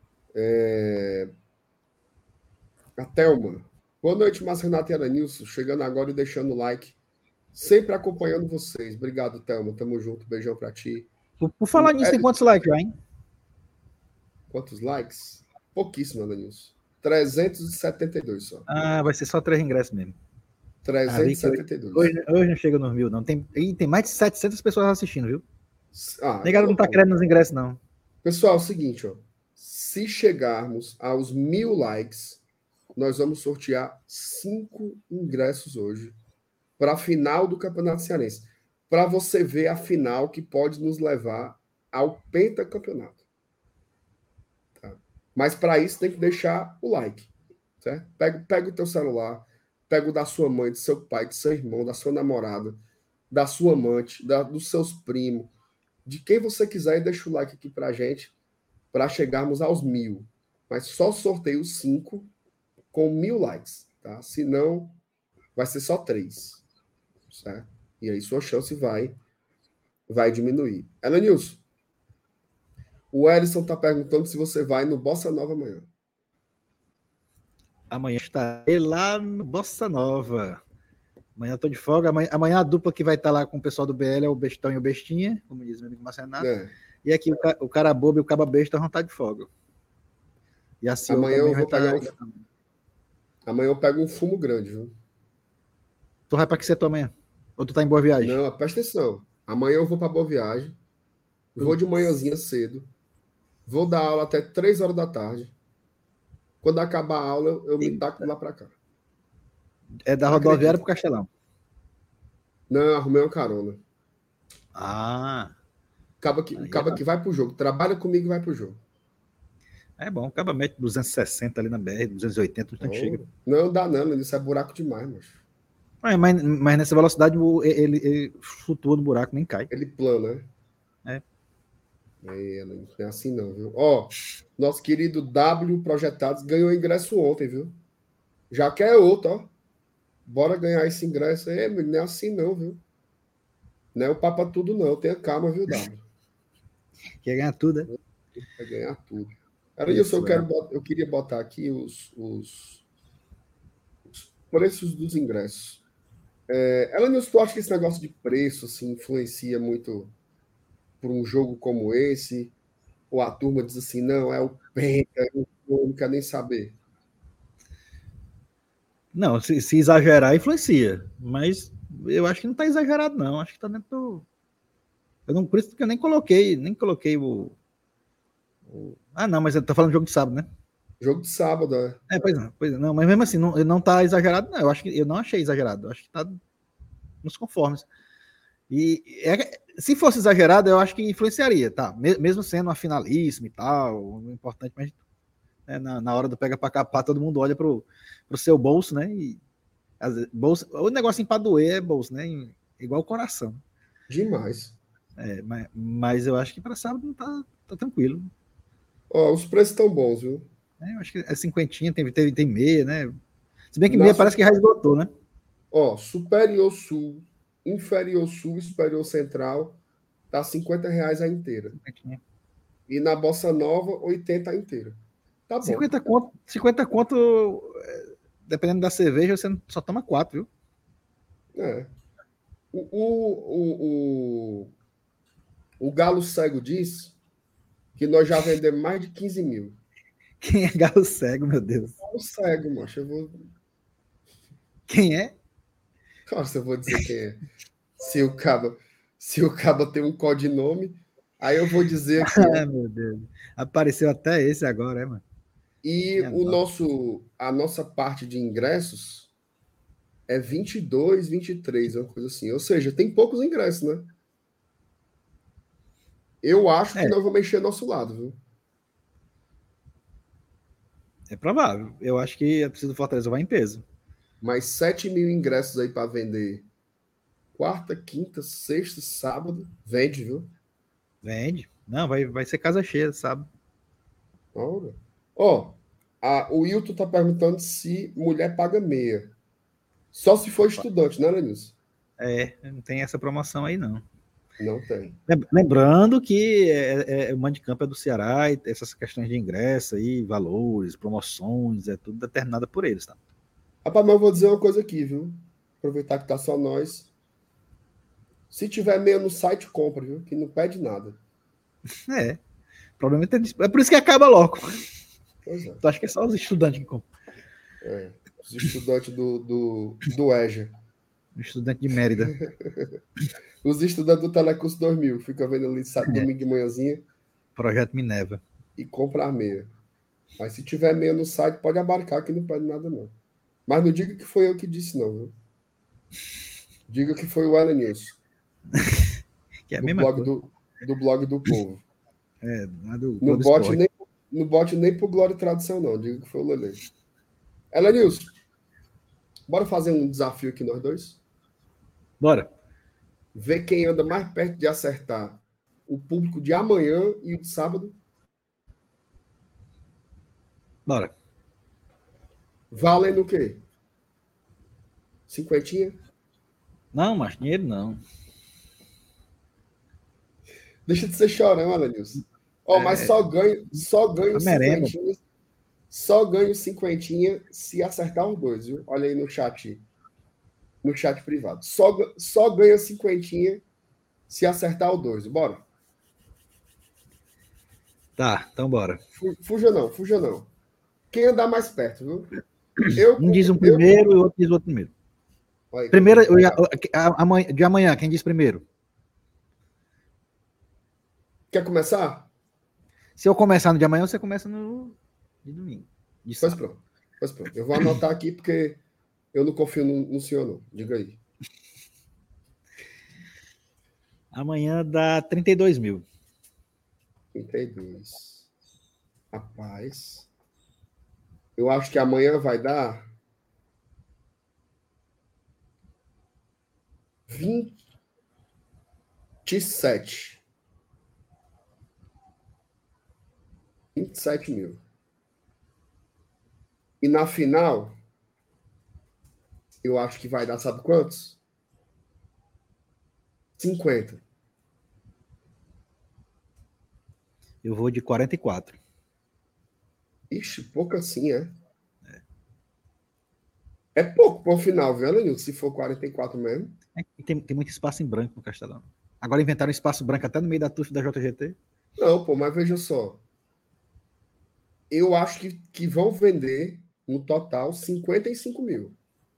A Thelma. Boa noite, Márcio Renato e Alanilson. Chegando agora e deixando o like. Sempre acompanhando vocês. Obrigado, Thelma. Tamo junto. Beijão pra ti.
Por falar nisso, tem quantos likes já, hein?
Quantos likes? Pouquíssimo, Alanilson. 372 só.
Ah, vai ser só 3 ingressos mesmo.
372.
Hoje não chega nos 1000, não. Tem mais de 700 pessoas assistindo, viu?
Negado
não tá querendo nos ingressos, não.
Pessoal, é o seguinte, ó. Se chegarmos aos 1000 likes, nós vamos sortear 5 ingressos hoje para a final do Campeonato Cearense. Para você ver a final que pode nos levar ao pentacampeonato. Tá? Mas para isso tem que deixar o like. Certo? Pega o teu celular, pega o da sua mãe, do seu pai, do seu irmão, da sua namorada, da sua amante, dos seus primos, de quem você quiser, e deixa o like aqui pra gente, para chegarmos aos 1000. Mas só sorteio 5 com 1000 likes, tá? Senão, vai ser só 3, certo? E aí sua chance vai diminuir. Elenilson, o Ellison tá perguntando se você vai no Bossa Nova amanhã.
Amanhã estarei lá no Bossa Nova. Amanhã eu tô de folga. Amanhã a dupla que vai estar lá com o pessoal do BL é o Bestão e o Bestinha, como diz meu amigo Marcenato. E aqui o cara bobo e o caba besta vão estar de folga. E assim
amanhã eu vou pegar Amanhã eu pego um fumo grande, viu?
Tu vai para que setor amanhã? Ou tu tá em Boa Viagem?
Não, presta atenção. Amanhã eu vou para Boa Viagem. Vou de manhãzinha cedo. Vou dar aula até 3 horas da tarde. Quando acabar a aula, eu me taco lá para cá.
É da rodoviária pro Castelão?
Não, arrumei uma carona. O caba que vai pro jogo. Trabalha comigo e vai pro jogo.
É bom, acaba mete 260 ali na BR, 280, no tanto chega.
Não dá não, isso é buraco demais, macho.
Mas nessa velocidade ele flutua no buraco, nem cai.
Ele plana, né? Não é assim não, viu? Ó, nosso querido W Projetados ganhou ingresso ontem, viu? Já quer outro, ó. Bora ganhar esse ingresso aí, não é assim não, viu? Não é o papa tudo não, tenha calma, viu, W?
Quer ganhar tudo, né?
Quer ganhar tudo. Era isso, eu queria botar aqui os preços dos ingressos. Elenilson, tu acha que esse negócio de preço assim, influencia muito por um jogo como esse? Ou a turma diz assim, não, é o Penta, eu não quero nem saber?
Não, se exagerar, influencia. Mas eu acho que não está exagerado, não. Acho que está dentro do... Por isso que eu nem coloquei o... Ah, não, mas eu tô falando de jogo de sábado, né?
Jogo de sábado, né?
Pois não, mas mesmo assim, não tá exagerado, não. Eu não achei exagerado. Eu acho que tá nos conformes. E se fosse exagerado, eu acho que influenciaria, tá? Mesmo sendo uma finalíssima e tal, importante, mas na hora do pega pra capar, todo mundo olha pro seu bolso, né? E o negocinho pra doer é bolso, né? Igual o coração.
Demais.
Mas eu acho que para sábado tá tranquilo.
Ó, os preços estão bons, viu?
Eu acho que é 50, tem meia, né? Se bem que meia parece que já esgotou, né?
Ó, Superior Sul, Inferior Sul e Superior Central tá R$50 a inteira.
50.
E na Bossa Nova, 80 a inteira. Tá bom.
50 conto, dependendo da cerveja, você só toma 4, viu?
O Galo Cego diz que nós já vendemos mais de 15 mil.
Quem é Galo Cego, meu Deus?
Galo Cego, macho.
Quem é?
Nossa, eu vou dizer quem é. Se o cabo tem um codinome, aí eu vou dizer aqui.
Meu Deus. Apareceu até esse agora, mano?
E a nossa parte de ingressos é 22, 23, uma coisa assim. Ou seja, tem poucos ingressos, né? Eu acho que nós vamos mexer nosso lado, viu?
É provável. Eu acho que a torcida do Fortaleza vai em peso.
Mais 7 mil ingressos aí para vender. Quarta, quinta, sexta, sábado. Vende, viu?
Vende. Não, vai ser casa cheia, sabe?
Ó, o Wilton tá perguntando se mulher paga meia. Só se for estudante, né, Lenilson?
Não tem essa promoção aí, não.
Não tem.
Lembrando que o mando de campo é do Ceará e essas questões de ingresso aí, valores, promoções, é tudo determinado por eles, tá?
Rapaz, mas eu vou dizer uma coisa aqui, viu? Aproveitar que tá só nós. Se tiver meio no site, compra, viu? Que não pede nada.
O problema é por isso que acaba logo.
Pois é.
Tu acha que é só os estudantes que compram?
Os estudantes do EJA.
O estudante de Mérida.
Os estudantes do Telecurso 2000. Fica vendo ali domingo de manhãzinha.
Projeto Minerva.
E compra a meia. Mas se tiver meia no site, pode abarcar que não pede nada, não. Mas não diga que foi eu que disse, não, viu? Diga que foi o Ellen News.
Que é a mesma coisa.
Do blog do povo.
Não
bote nem pro Glória e Tradição, não. Diga que foi o Lele. Ellen News, bora fazer um desafio aqui nós dois?
Bora.
Ver quem anda mais perto de acertar o público de amanhã e o de sábado.
Bora.
Valendo o quê? 50?
Não, mas dinheiro não.
Deixa de ser chorão, Alanilson. Mas só ganho 50. Só ganho 50 se acertar os dois, viu? Olha aí no chat. No chat privado. Só ganha 50 se acertar os dois. Bora?
Tá, então bora.
Fuja não. Quem andar mais perto, viu?
Um diz um primeiro e o outro diz o outro primeiro.
Aí,
primeiro, de amanhã, quem diz primeiro?
Quer começar?
Se eu começar no de amanhã, você começa no de domingo.
Pois pronto. Eu vou anotar aqui porque eu não confio no senhor, não. Diga aí.
Amanhã dá 32 mil.
32. Rapaz. Eu acho que amanhã vai dar 27. 27 mil. E na final, eu acho que vai dar, sabe quantos? 50.
Eu vou de 44.
Ixi, pouco assim, é? É pouco para o final, viu, Lenilson? Se for 44 mesmo.
Tem muito espaço em branco no Castelão. Agora inventaram espaço branco até no meio da TUF da JGT.
Não, mas veja só. Eu acho que vão vender no total 55 mil.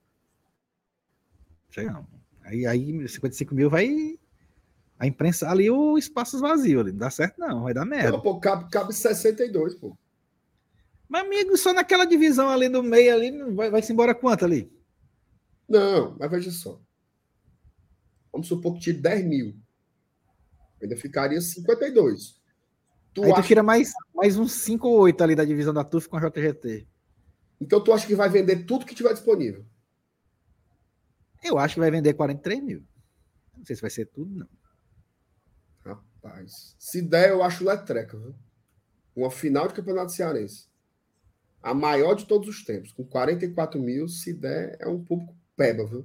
Chega, aí 55 mil vai a imprensa ali o espaço vazio ali. Não dá certo, não. Vai dar merda.
Não, cabe 62, pô.
Mas, amigo, só naquela divisão ali no meio ali, vai-se embora quanto ali?
Não, mas veja só. Vamos supor que tire 10 mil. Ainda ficaria 52.
Aí tu tira mais uns 5 ou 8 ali da divisão da TUF com a JGT.
Então tu acha que vai vender tudo que tiver disponível?
Eu acho que vai vender 43 mil. Não sei se vai ser tudo, não.
Rapaz, se der, eu acho letreca, viu? Uma final de campeonato cearense. A maior de todos os tempos. Com 44 mil, se der, é um público peba, viu?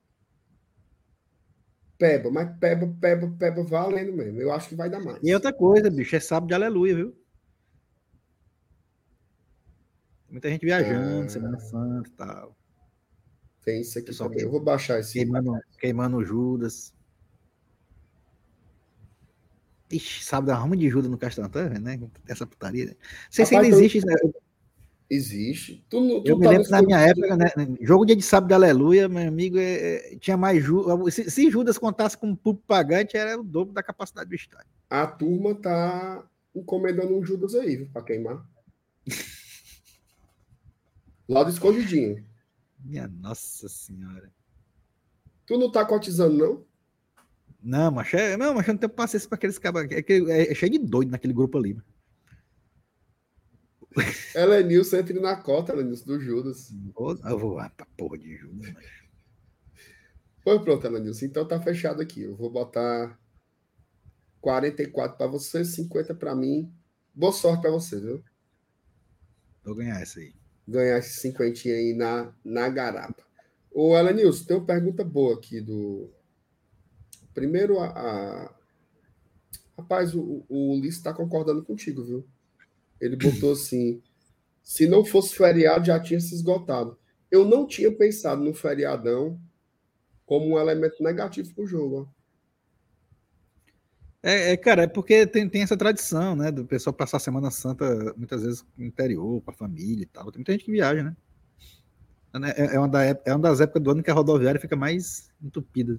Peba, mas peba valendo mesmo. Eu acho que vai dar mais.
E outra coisa, bicho, é sábado de aleluia, viu? Muita gente viajando, Semana Santa e tal.
Tem isso aqui também. Eu vou baixar esse.
Queimando o Judas. Ixi, sábado arruma de Judas no Castelão, tá vendo, né? Essa putaria. Não sei se ainda existe.
Existe.
Eu me lembro na minha época, né? Jogo dia de sábado de aleluia, meu amigo, tinha mais Judas. Se Judas contasse com público pagante, era o dobro da capacidade do estádio.
A turma tá encomendando um Judas aí, viu? Pra queimar. Lado escondidinho.
Minha Nossa Senhora.
Tu não tá cotizando, não?
Não, mas eu não tenho paciência pra aqueles cabas. É cheio de doido naquele grupo ali.
Ela é Nilson, entre na cota, Nilson, do Judas.
Eu vou pra porra de Judas. Mas...
Pois pronto, Nilson. Então tá fechado aqui. Eu vou botar 44 pra você, 50 pra mim. Boa sorte pra você, viu?
Vou ganhar essa aí.
Ganhar esse 50 aí na garapa. Ô, Elenilson, tem uma pergunta boa aqui do. Primeiro, rapaz, o Ulisses está concordando contigo, viu? Ele botou assim: se não fosse feriado, já tinha se esgotado. Eu não tinha pensado no feriadão como um elemento negativo para o jogo. Ó.
Cara, é porque tem essa tradição, né? Do pessoal passar a Semana Santa muitas vezes no interior, com a família e tal. Tem muita gente que viaja, né? É uma das épocas do ano que a rodoviária fica mais entupida.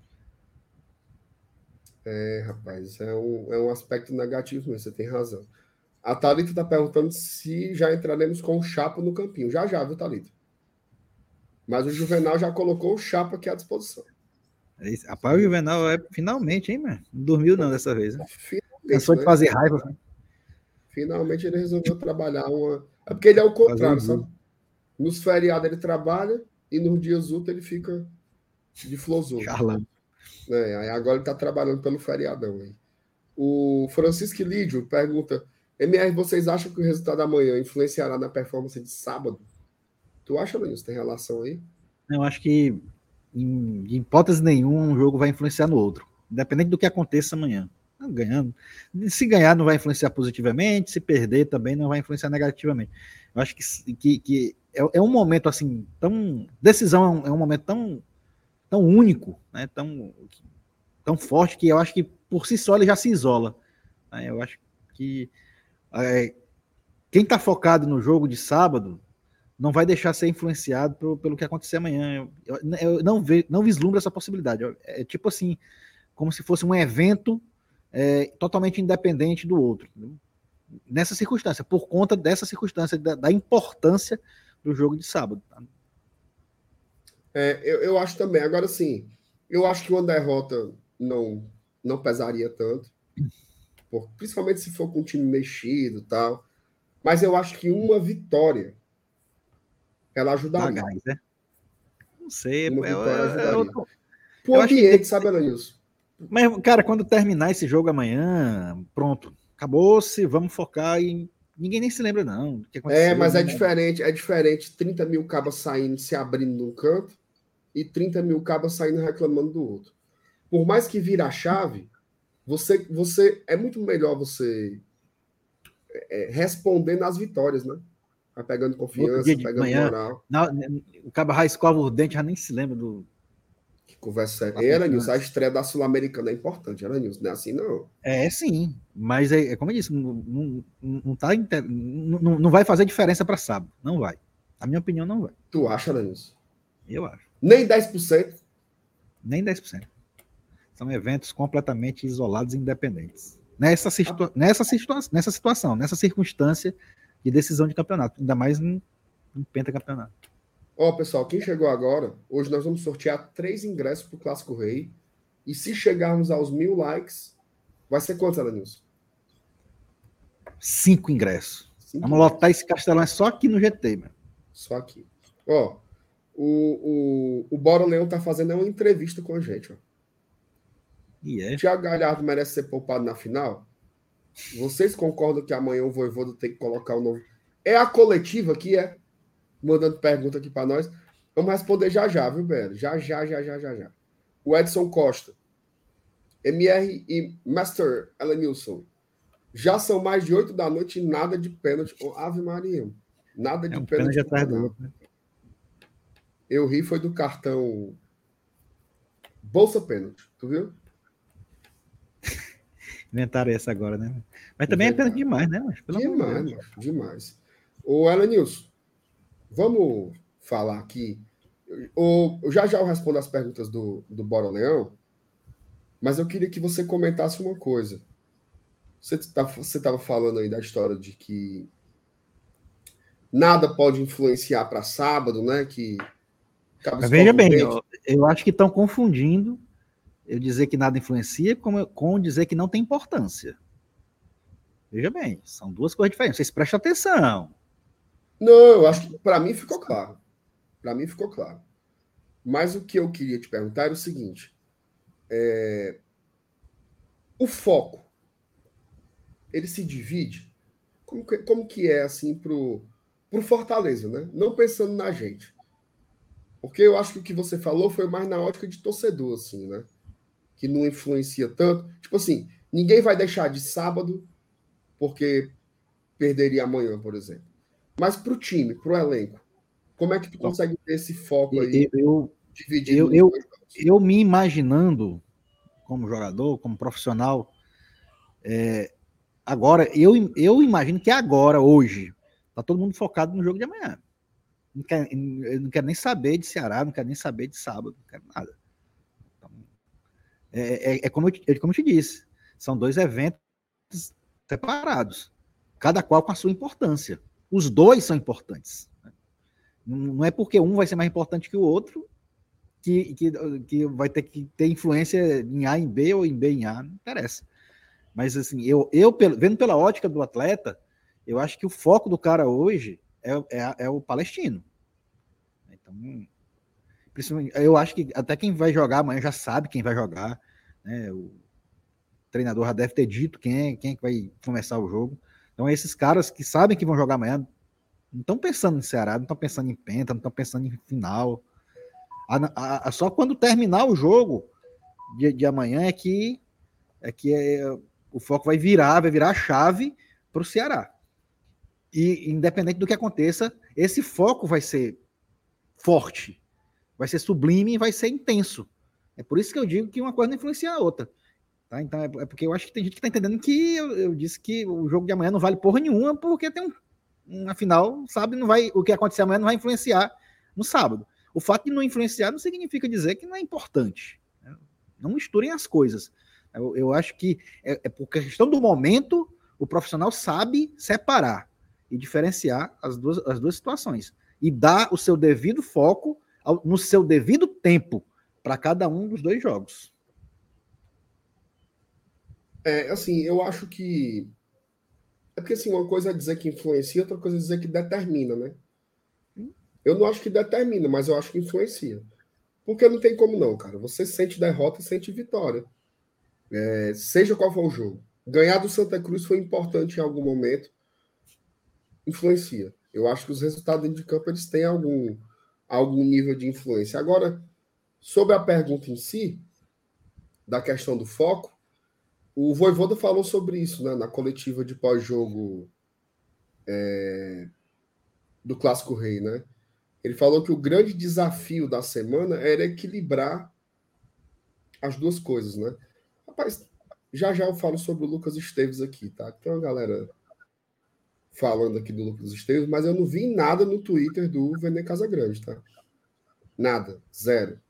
É, rapaz, é um aspecto negativo mesmo, você tem razão. A Thalita está perguntando se já entraremos com o Chapa no campinho. Já, viu, Thalita? Mas o Juvenal já colocou o Chapa aqui à disposição.
Rapaz, o Juvenal finalmente, hein, mano? Não dormiu não dessa vez, né?
Finalmente,
Cansou de
né?
fazer raiva. Né?
Finalmente ele resolveu trabalhar uma. É porque ele é o contrário, sabe? Nos feriados ele trabalha e nos dias úteis ele fica de flosou.
Charlando.
Aí agora ele está trabalhando pelo feriadão aí. O Francisco Lídio pergunta: MR, vocês acham que o resultado da manhã influenciará na performance de sábado? Tu acha, Lenilson? Tem relação aí?
Eu acho que, em hipótese nenhuma, um jogo vai influenciar no outro, independente do que aconteça amanhã. Ganhando. Se ganhar, não vai influenciar positivamente, se perder também não vai influenciar negativamente. Eu acho que é um momento assim, tão. Decisão é um momento tão único, né? Tão forte, que eu acho que por si só ele já se isola. Né? Eu acho que quem está focado no jogo de sábado não vai deixar ser influenciado pelo que acontecer amanhã. Eu não vislumbro essa possibilidade. É tipo assim, como se fosse um evento totalmente independente do outro. Entendeu? Nessa circunstância, por conta dessa circunstância, da importância do jogo de sábado. Tá?
Eu acho também. Agora sim, eu acho que uma derrota não pesaria tanto, principalmente se for com um time mexido e tal. Mas eu acho que uma vitória ela ajudaria.
Gás, né? Não sei.
Uma vitória ajudaria. Pro
eu
ambiente,
acho que...
sabe, Elenilson?
Mas, cara, quando terminar esse jogo amanhã, pronto. Acabou-se, vamos focar em. Ninguém nem se lembra, não. Do que aconteceu,
Mas
né?
é diferente 30 mil cabas saindo, se abrindo num canto, e 30 mil cabas saindo reclamando do outro. Por mais que vira a chave, você é muito melhor você responder nas vitórias, né? Vai pegando confiança, pegando
manhã,
moral.
O Cabo Raiz escova o dente, já nem se lembra do.
Que conversa séria. Era, Nilson, a estreia da Sul-Americana é importante, era, Nilson, não é assim, não.
Sim, mas como eu disse, não vai fazer diferença para sábado, não vai. A minha opinião, não vai.
Tu acha, Nilson?
Eu acho.
Nem 10%?
Nem 10%. São eventos completamente isolados e independentes. Nessa situação, nessa circunstância de decisão de campeonato, ainda mais em pentacampeonato.
Pessoal, quem chegou agora, hoje nós vamos sortear 3 ingressos para o Clássico Rei. E se chegarmos aos 1.000 likes, vai ser quantos, Elenilson?
5 ingressos. Vamos lotar esse castelão, é só aqui no GT, mano.
Só aqui. O Bora Leão tá fazendo uma entrevista com a gente, ó. Thiago Galhardo merece ser poupado na final? Vocês concordam que amanhã o Vojvoda tem que colocar o novo... É a coletiva que é? Mandando pergunta aqui para nós. Vamos responder já, viu, Belo? Já. O Edson Costa. MR e Master Elenilson. Já são mais de 8 da noite e nada de pênalti. Ave Maria. Nada de pênalti.
Atrás do outro, né?
Eu ri, foi do cartão Bolsa Pênalti. Tu viu?
Inventaram essa agora, né? Mas também é pênalti demais, né? Mas,
demais. Ô, Elenilson, vamos falar aqui. Já eu respondo as perguntas do Bora Leão, mas eu queria que você comentasse uma coisa. Você estava falando aí da história de que nada pode influenciar para sábado, né?
Veja bem, eu acho que estão confundindo eu dizer que nada influencia com dizer que não tem importância. Veja bem, são duas coisas diferentes. Vocês prestem atenção.
Não, eu acho que para mim ficou claro. Mas o que eu queria te perguntar era o seguinte: o foco, ele se divide? Como que é assim pro Fortaleza, né? Não pensando na gente. Porque eu acho que o que você falou foi mais na ótica de torcedor, assim, né? Que não influencia tanto. Tipo assim, ninguém vai deixar de sábado porque perderia amanhã, por exemplo. Mas para o time, para o elenco, como é que tu
Bom,
consegue ter esse foco aí
eu,
dividido
eu,
nos
eu,
dois jogos?
eu me imaginando como jogador, como profissional, agora, eu imagino que agora, hoje, tá todo mundo focado no jogo de amanhã. Eu não quero nem saber de Ceará, não quero nem saber de sábado, não quero nada. Então, como eu te disse, são dois eventos separados, cada qual com a sua importância. Os dois são importantes. Não é porque um vai ser mais importante que o outro que vai ter que ter influência em A em B ou em B em A, não interessa. Mas assim, vendo pela ótica do atleta, eu acho que o foco do cara hoje é o palestino. Então, principalmente, eu acho que até quem vai jogar amanhã já sabe quem vai jogar, né? O treinador já deve ter dito quem é que vai começar o jogo. Então, esses caras que sabem que vão jogar amanhã não estão pensando em Ceará, não estão pensando em penta, não estão pensando em final. Só quando terminar o jogo de amanhã o foco vai virar a chave para o Ceará. E independente do que aconteça, esse foco vai ser forte, vai ser sublime e vai ser intenso. É por isso que eu digo que uma coisa não influencia a outra. Tá? Então é porque eu acho que tem gente que está entendendo que eu disse que o jogo de amanhã não vale porra nenhuma, porque tem uma final, sabe, não vai, o que acontecer amanhã não vai influenciar no sábado. O fato de não influenciar não significa dizer que não é importante. Não misturem as coisas. Eu acho que por questão do momento, o profissional sabe separar e diferenciar as duas situações. E dar o seu devido foco no seu devido tempo para cada um dos dois jogos.
Assim, eu acho que. É porque assim, uma coisa é dizer que influencia, outra coisa é dizer que determina, né? Eu não acho que determina, mas eu acho que influencia. Porque não tem como não, cara. Você sente derrota e sente vitória. Seja qual for o jogo. Ganhar do Santa Cruz foi importante em algum momento. Influencia. Eu acho que os resultados dentro de campo eles têm algum nível de influência. Agora, sobre a pergunta em si, da questão do foco, o Vojvoda falou sobre isso, né, na coletiva de pós-jogo do Clássico Rei, né? Ele falou que o grande desafio da semana era equilibrar as duas coisas, né? Rapaz, já eu falo sobre o Lucas Esteves aqui, tá? Tem uma galera falando aqui do Lucas Esteves, mas eu não vi nada no Twitter do Vene Casagrande, tá? Nada, zero.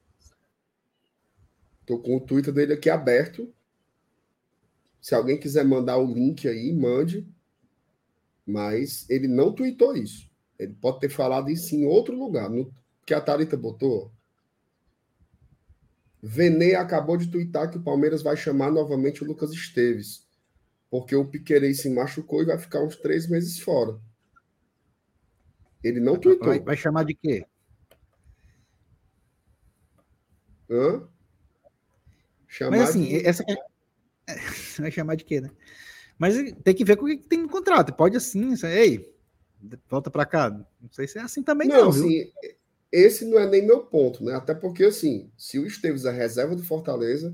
Tô com o Twitter dele aqui aberto. Se alguém quiser mandar o link aí, mande. Mas ele não tweetou isso. Ele pode ter falado isso em outro lugar. Que a Thalita botou. Vene acabou de twittar que o Palmeiras vai chamar novamente o Lucas Esteves. Porque o Piquerez se machucou e vai ficar uns 3 meses fora. Ele não tweetou.
Vai chamar de quê?
Hã?
Mas assim, vai chamar de quê, né? Mas tem que ver com o que tem no contrato. Pode assim, ei, volta para cá. Não sei se é assim também não, viu?
Assim, esse não é nem meu ponto, né? Até porque, assim, se o Esteves é reserva do Fortaleza,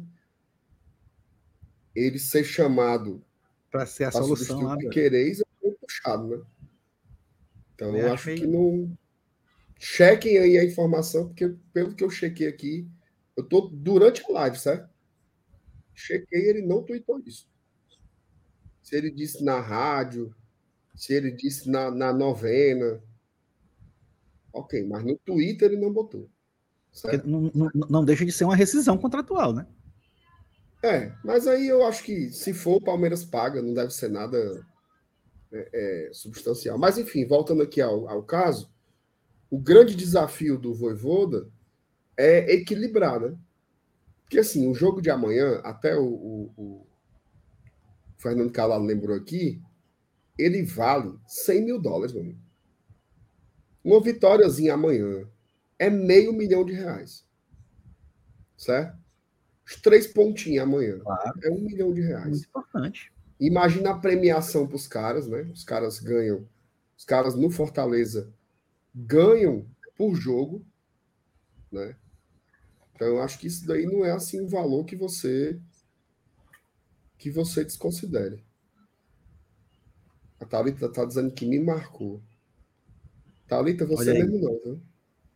ele ser chamado
para ser a
para
solução
substituir
lá.
o Piquerez é muito puxado, né? Então, eu acho que não. Chequem aí a informação, porque pelo que eu chequei aqui, eu tô durante a live, certo? Chequei, ele não tweetou isso. Se ele disse na rádio, se ele disse na novena, ok, mas no Twitter ele não botou. Certo?
Não deixa de ser uma rescisão contratual, né?
Mas aí eu acho que se for o Palmeiras paga, não deve ser nada substancial. Mas enfim, voltando aqui ao caso, o grande desafio do Vojvoda é equilibrar, né? Porque assim, o jogo de amanhã, até o Fernando Calado lembrou aqui, ele vale $100 mil, meu amigo. Uma vitóriazinha amanhã é R$500 mil. Certo? Os 3 pontinhos amanhã.
Claro.
É R$1 milhão.
Muito importante.
Imagina a premiação para os caras, né? Os caras ganham. Os caras no Fortaleza ganham por jogo. né? Então, eu acho que isso daí não é assim um valor que você desconsidere. A Thalita tá dizendo que me marcou. Thalita, você
Olha aí.
mesmo não, viu?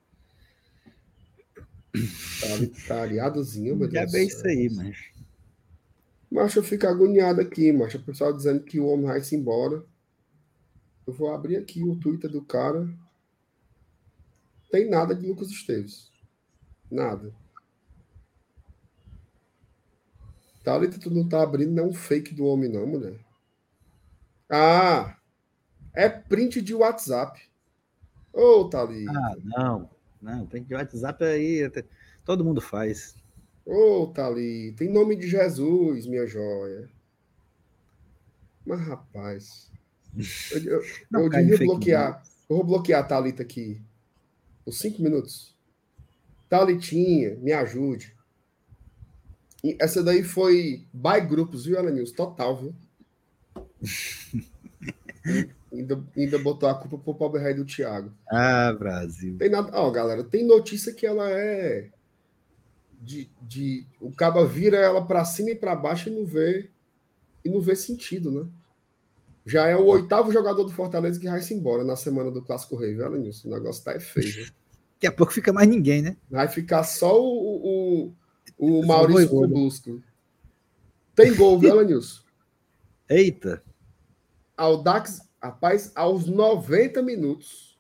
Thalita tá aliadazinha, meu
Já
Deus do
bem isso
céu.
aí, mas.
Macho, eu fico agoniado aqui, macho. O pessoal dizendo que o homem vai se embora. Eu vou abrir aqui o Twitter do cara. Tem nada de Lucas Esteves. Nada. Thalita, tu não tá abrindo não é um fake do homem, não, mulher. Ah! É print de WhatsApp. Ô,
Ah,
Thalita.
não. Não, tem que WhatsApp aí. Todo mundo faz.
Ô, Thalita. Em nome de Jesus, minha joia. Mas, rapaz.
Não
Eu
cai em
devia
fake news.
bloquear. Eu vou bloquear a Thalita aqui. Por 5 minutos. Thalitinha, me ajude. E essa daí foi by grupos, viu, Ela News? Total, viu? Ainda botou a culpa pro pobre rei do Thiago.
Ah, Brasil.
Tem nada. Ó, galera, tem notícia que ela é. O caba vira ela para cima e para baixo e não vê sentido, né? Já é o 8º jogador do Fortaleza que vai se embora na semana do Clássico Rei, viu, Nilson? O negócio tá feio, viu?
Daqui a pouco fica mais ninguém, né?
Vai ficar só o
Só
Maurício
Vojvoda.
Kubusco. Tem gol, viu, Nilson?
Eita.
Audax, rapaz, aos 90 minutos.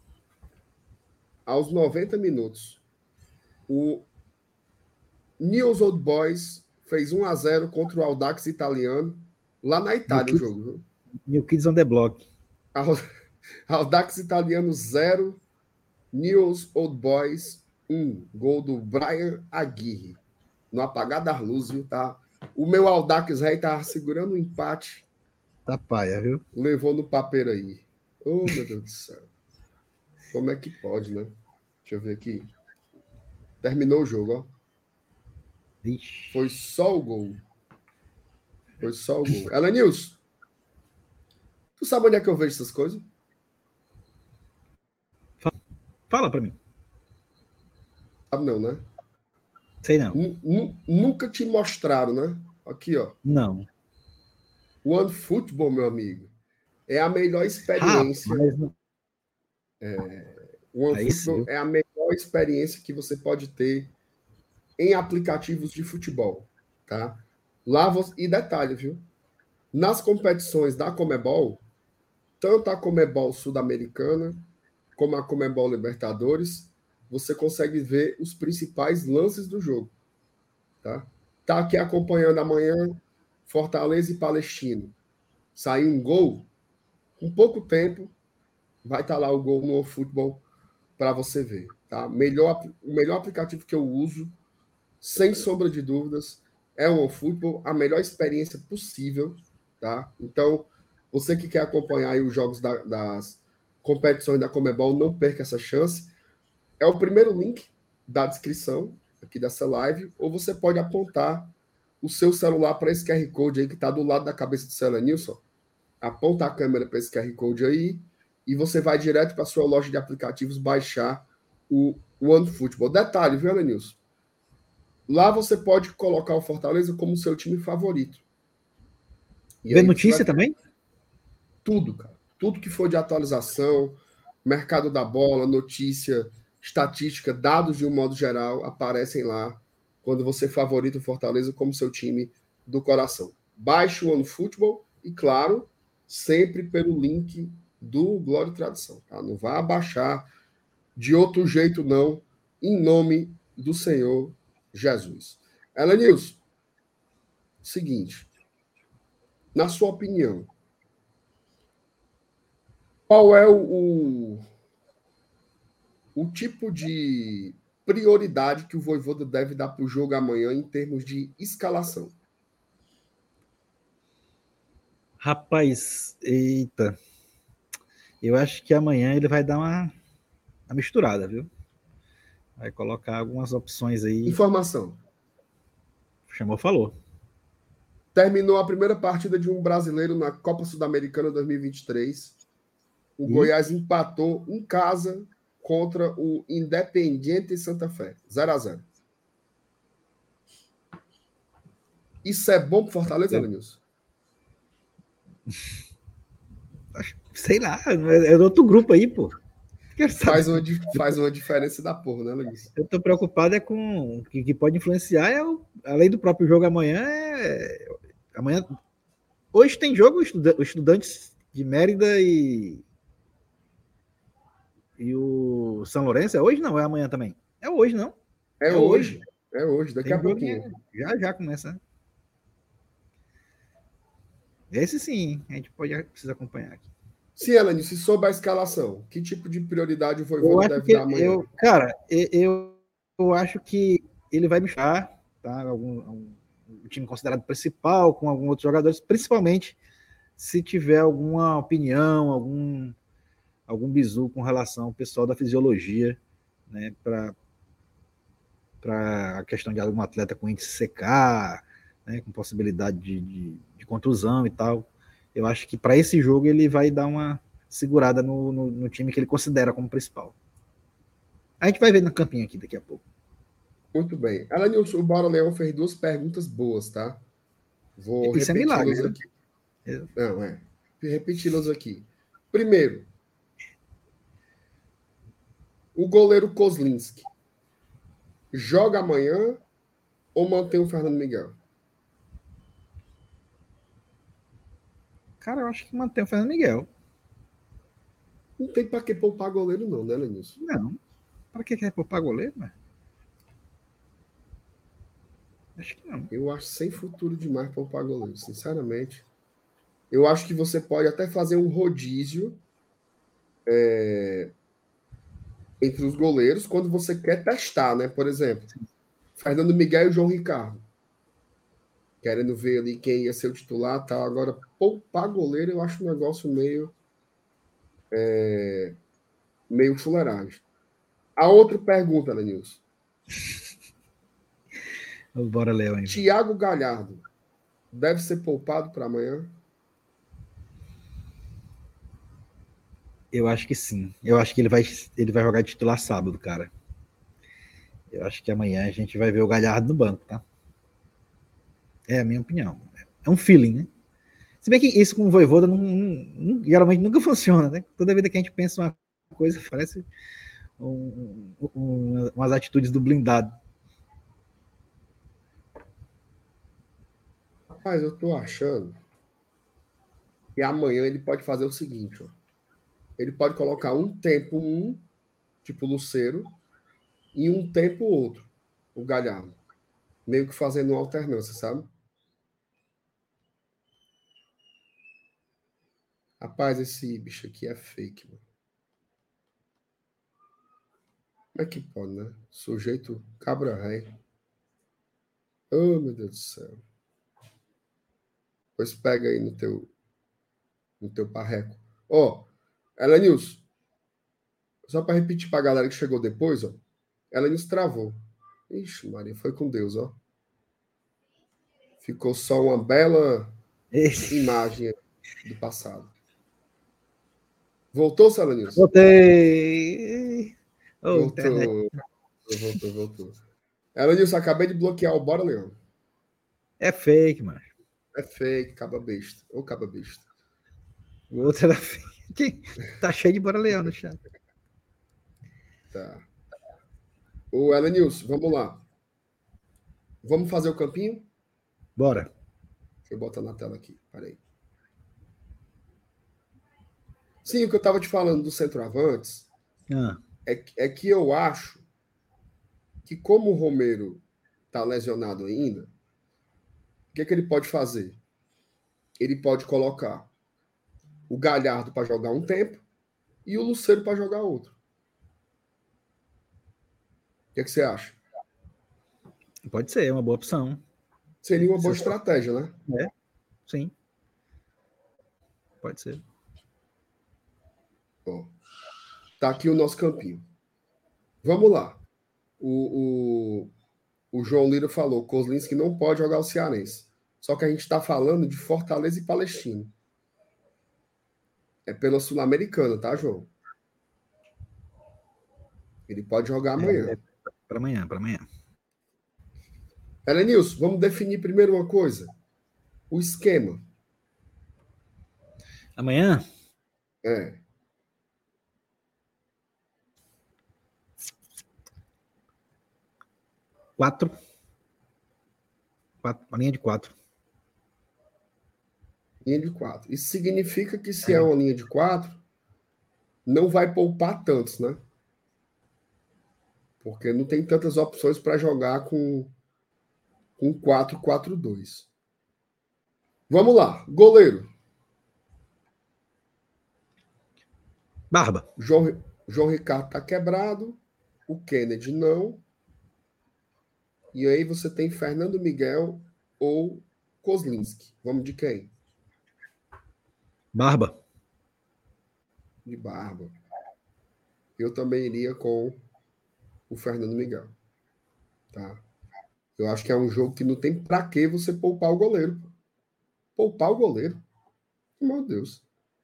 Aos 90 minutos. O News Old Boys fez 1-0 contra o Audax italiano. Lá na Itália o jogo, viu?
New Kids on the Block.
Audax italiano 0, News Old Boys 1. Gol do Brian Aguirre. No apagar das luzes, viu? Tá? O meu Audax Rei tava segurando o empate.
Tá paia, viu?
Levou no papeiro aí. Oh, meu Deus do céu. Como é que pode, né? Deixa eu ver aqui. Terminou o jogo, ó.
Ixi.
Foi só o gol. Foi só o gol. Ela Nilson, tu sabe onde é que eu vejo essas coisas?
Fala pra mim.
Sabe não, né?
Sei não.
Nunca te mostraram, né? Aqui, ó.
Não.
One Football, meu amigo. É a melhor experiência.
Rapaz, não.
One
Aí
Football
sim.
é a melhor experiência que você pode ter em aplicativos de futebol, tá? Lá e detalhe, viu? Nas competições da Comebol, tanto a Comebol Sul-Americana como a Comebol Libertadores, você consegue ver os principais lances do jogo, tá? Tá aqui acompanhando amanhã Fortaleza e Palestino. Saiu um gol, com pouco tempo vai estar lá o gol no futebol para você ver, tá? O melhor aplicativo que eu uso, sem sombra de dúvidas, é o OneFootball, a melhor experiência possível, tá? Então, você que quer acompanhar aí os jogos das competições da Comebol, não perca essa chance. É o primeiro link da descrição aqui dessa live, ou você pode apontar o seu celular para esse QR Code aí que está do lado da cabeça do Cela Nilson. Aponta a câmera para esse QR Code aí e você vai direto para a sua loja de aplicativos baixar o OneFootball. Detalhe, viu, Nilson? Lá você pode colocar o Fortaleza como seu time favorito.
Vê notícia também?
Tudo, cara. Tudo que for de atualização, mercado da bola, notícia, estatística, dados de um modo geral, aparecem lá quando você favorita o Fortaleza como seu time do coração. Baixe o OneFootball e, claro, sempre pelo link do Glória e Tradição. Tá? Não vá abaixar de outro jeito, não, em nome do Senhor Jesus. Ela Nilson, seguinte, na sua opinião, qual é o tipo de prioridade que o Vojvoda deve dar para o jogo amanhã em termos de escalação?
Rapaz, eita. Eu acho que amanhã ele vai dar uma misturada, viu? Vai colocar algumas opções aí.
Informação.
Chamou, falou.
Terminou a primeira partida de um brasileiro na Copa Sul-Americana 2023. O Goiás empatou em casa contra o Independiente Santa Fé. 0-0. Isso é bom pro Fortaleza, Lenilson?
Sei lá, é outro grupo aí, pô.
Faz uma diferença da porra, né, Lenilson?
Eu tô preocupado com o que pode influenciar, além do próprio jogo amanhã, amanhã. Hoje tem jogo, Estudantes de Mérida e o São Lourenço. É hoje não? É amanhã também? É hoje, não?
É hoje. É hoje, daqui
tem
a pouquinho.
Já começa, né? Esse sim, a gente precisa acompanhar aqui.
Sim, Elane, se souber a escalação, que tipo de prioridade o Vojvoda deve dar amanhã?
Eu acho que ele vai mexer, tá? O time considerado principal, com alguns outros jogadores, principalmente se tiver alguma opinião, algum bizu com relação ao pessoal da fisiologia, né? Para a questão de algum atleta com índice CK, né, com possibilidade de contusão e tal. Eu acho que para esse jogo ele vai dar uma segurada no time que ele considera como principal. A gente vai ver no campinho aqui daqui a pouco.
Muito bem. Elenilson, o Bora Leão fez 2 perguntas boas, tá? Vou repeti-las aqui. Não, repeti-las aqui. Primeiro, o goleiro Kozlinski joga amanhã ou mantém o Fernando Miguel?
Cara, eu acho que mantém o Fernando Miguel.
Não tem para que poupar goleiro, não, né, Lenilson?
Não. Para que quer poupar goleiro, né? Acho que não.
Eu acho sem futuro demais poupar goleiro, sinceramente. Eu acho que você pode até fazer um rodízio entre os goleiros quando você quer testar, né? Por exemplo, Fernando Miguel e João Ricardo. Querendo ver ali quem ia ser o titular, tal. Agora, poupar goleiro eu acho um negócio meio fuleiragem. A outra pergunta, Lenilson.
Bora, Léo.
Thiago Galhardo deve ser poupado para amanhã?
Eu acho que sim. Eu acho que ele vai jogar de titular sábado, cara. Eu acho que amanhã a gente vai ver o Galhardo no banco, tá? É a minha opinião. É um feeling, né? Se bem que isso com o Vojvoda geralmente nunca funciona, né? Toda vida que a gente pensa uma coisa, parece umas atitudes do blindado.
Mas eu tô achando que amanhã ele pode fazer o seguinte, ó. Ele pode colocar um tempo tipo Lucero, e um tempo outro, o Galhardo. Meio que fazendo uma alternância, sabe? Rapaz, esse bicho aqui é fake, mano. Como é que pode, né? Sujeito cabra ré. Oh, meu Deus do céu. Pois pega aí no teu parreco. Ó, Elenilson, só para repetir para a galera que chegou depois, ó. Elenilson travou. Ixi, Maria, foi com Deus, ó. Ficou só uma bela imagem do passado. Voltou, Elenilson?
Voltei!
Voltou. Elenilson, acabei de bloquear o Bora Leão.
É fake, mano.
É fake, caba besta. Ou caba besta.
O outro era fake. Tá cheio de Bora Leão no chat.
Tá. Ô, Elenilson, vamos lá. Vamos fazer o campinho?
Bora.
Deixa eu botar na tela aqui. Peraí. Sim, o que eu estava te falando dos centroavantes é que eu acho que como o Romero está lesionado ainda, o que é que ele pode fazer? Ele pode colocar o Galhardo para jogar um tempo e o Lucero para jogar outro. O que é que você acha?
Pode ser, é uma boa opção.
Seria uma boa estratégia, né?
É, sim. Pode ser.
Ó, tá aqui o nosso campinho. Vamos lá. O João Lira falou, Kozlinski não pode jogar o Cearense. Só que a gente está falando de Fortaleza e Palestino. É pela Sul-Americana, tá, João? Ele pode jogar amanhã.
Para amanhã, para amanhã.
Elenilson, vamos definir primeiro uma coisa. O esquema.
Amanhã?
É.
4. Uma linha de 4.
Linha de 4. Isso significa que se é uma linha de 4, não vai poupar tantos, né? Porque não tem tantas opções para jogar com 4-4-2. Vamos lá. Goleiro.
Barba.
João Ricardo está quebrado. O Kennedy não. E aí você tem Fernando Miguel ou Kozlinski. Vamos de quem?
Barba.
De Barba. Eu também iria com o Fernando Miguel. Tá? Eu acho que é um jogo que não tem para que você poupar o goleiro. Poupar o goleiro? Meu Deus.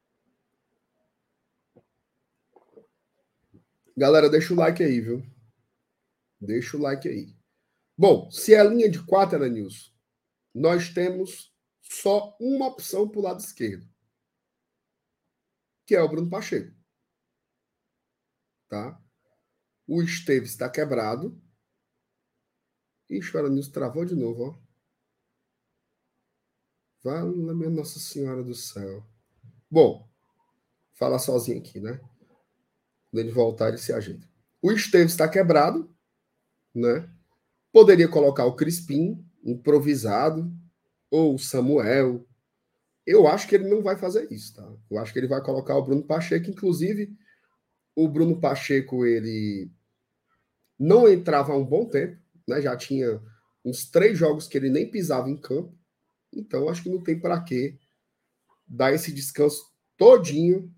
Galera, deixa o like aí, viu? Deixa o like aí. Bom, se é a linha de 4, Elenilson, nós temos só uma opção para o lado esquerdo, que é o Bruno Pacheco. Tá? O Esteves está quebrado. Ixi, o Elenilson travou de novo, ó. Vala minha Nossa Senhora do Céu. Bom, fala sozinho aqui, né? Quando ele voltar, ele se ajeita. O Esteves está quebrado, né? Poderia colocar o Crispim, improvisado, ou o Samuel. Eu acho que ele não vai fazer isso, tá? Eu acho que ele vai colocar o Bruno Pacheco. Inclusive, o Bruno Pacheco, ele não entrava há um bom tempo, né? Já tinha uns 3 jogos que ele nem pisava em campo. Então, acho que não tem para que dar esse descanso todinho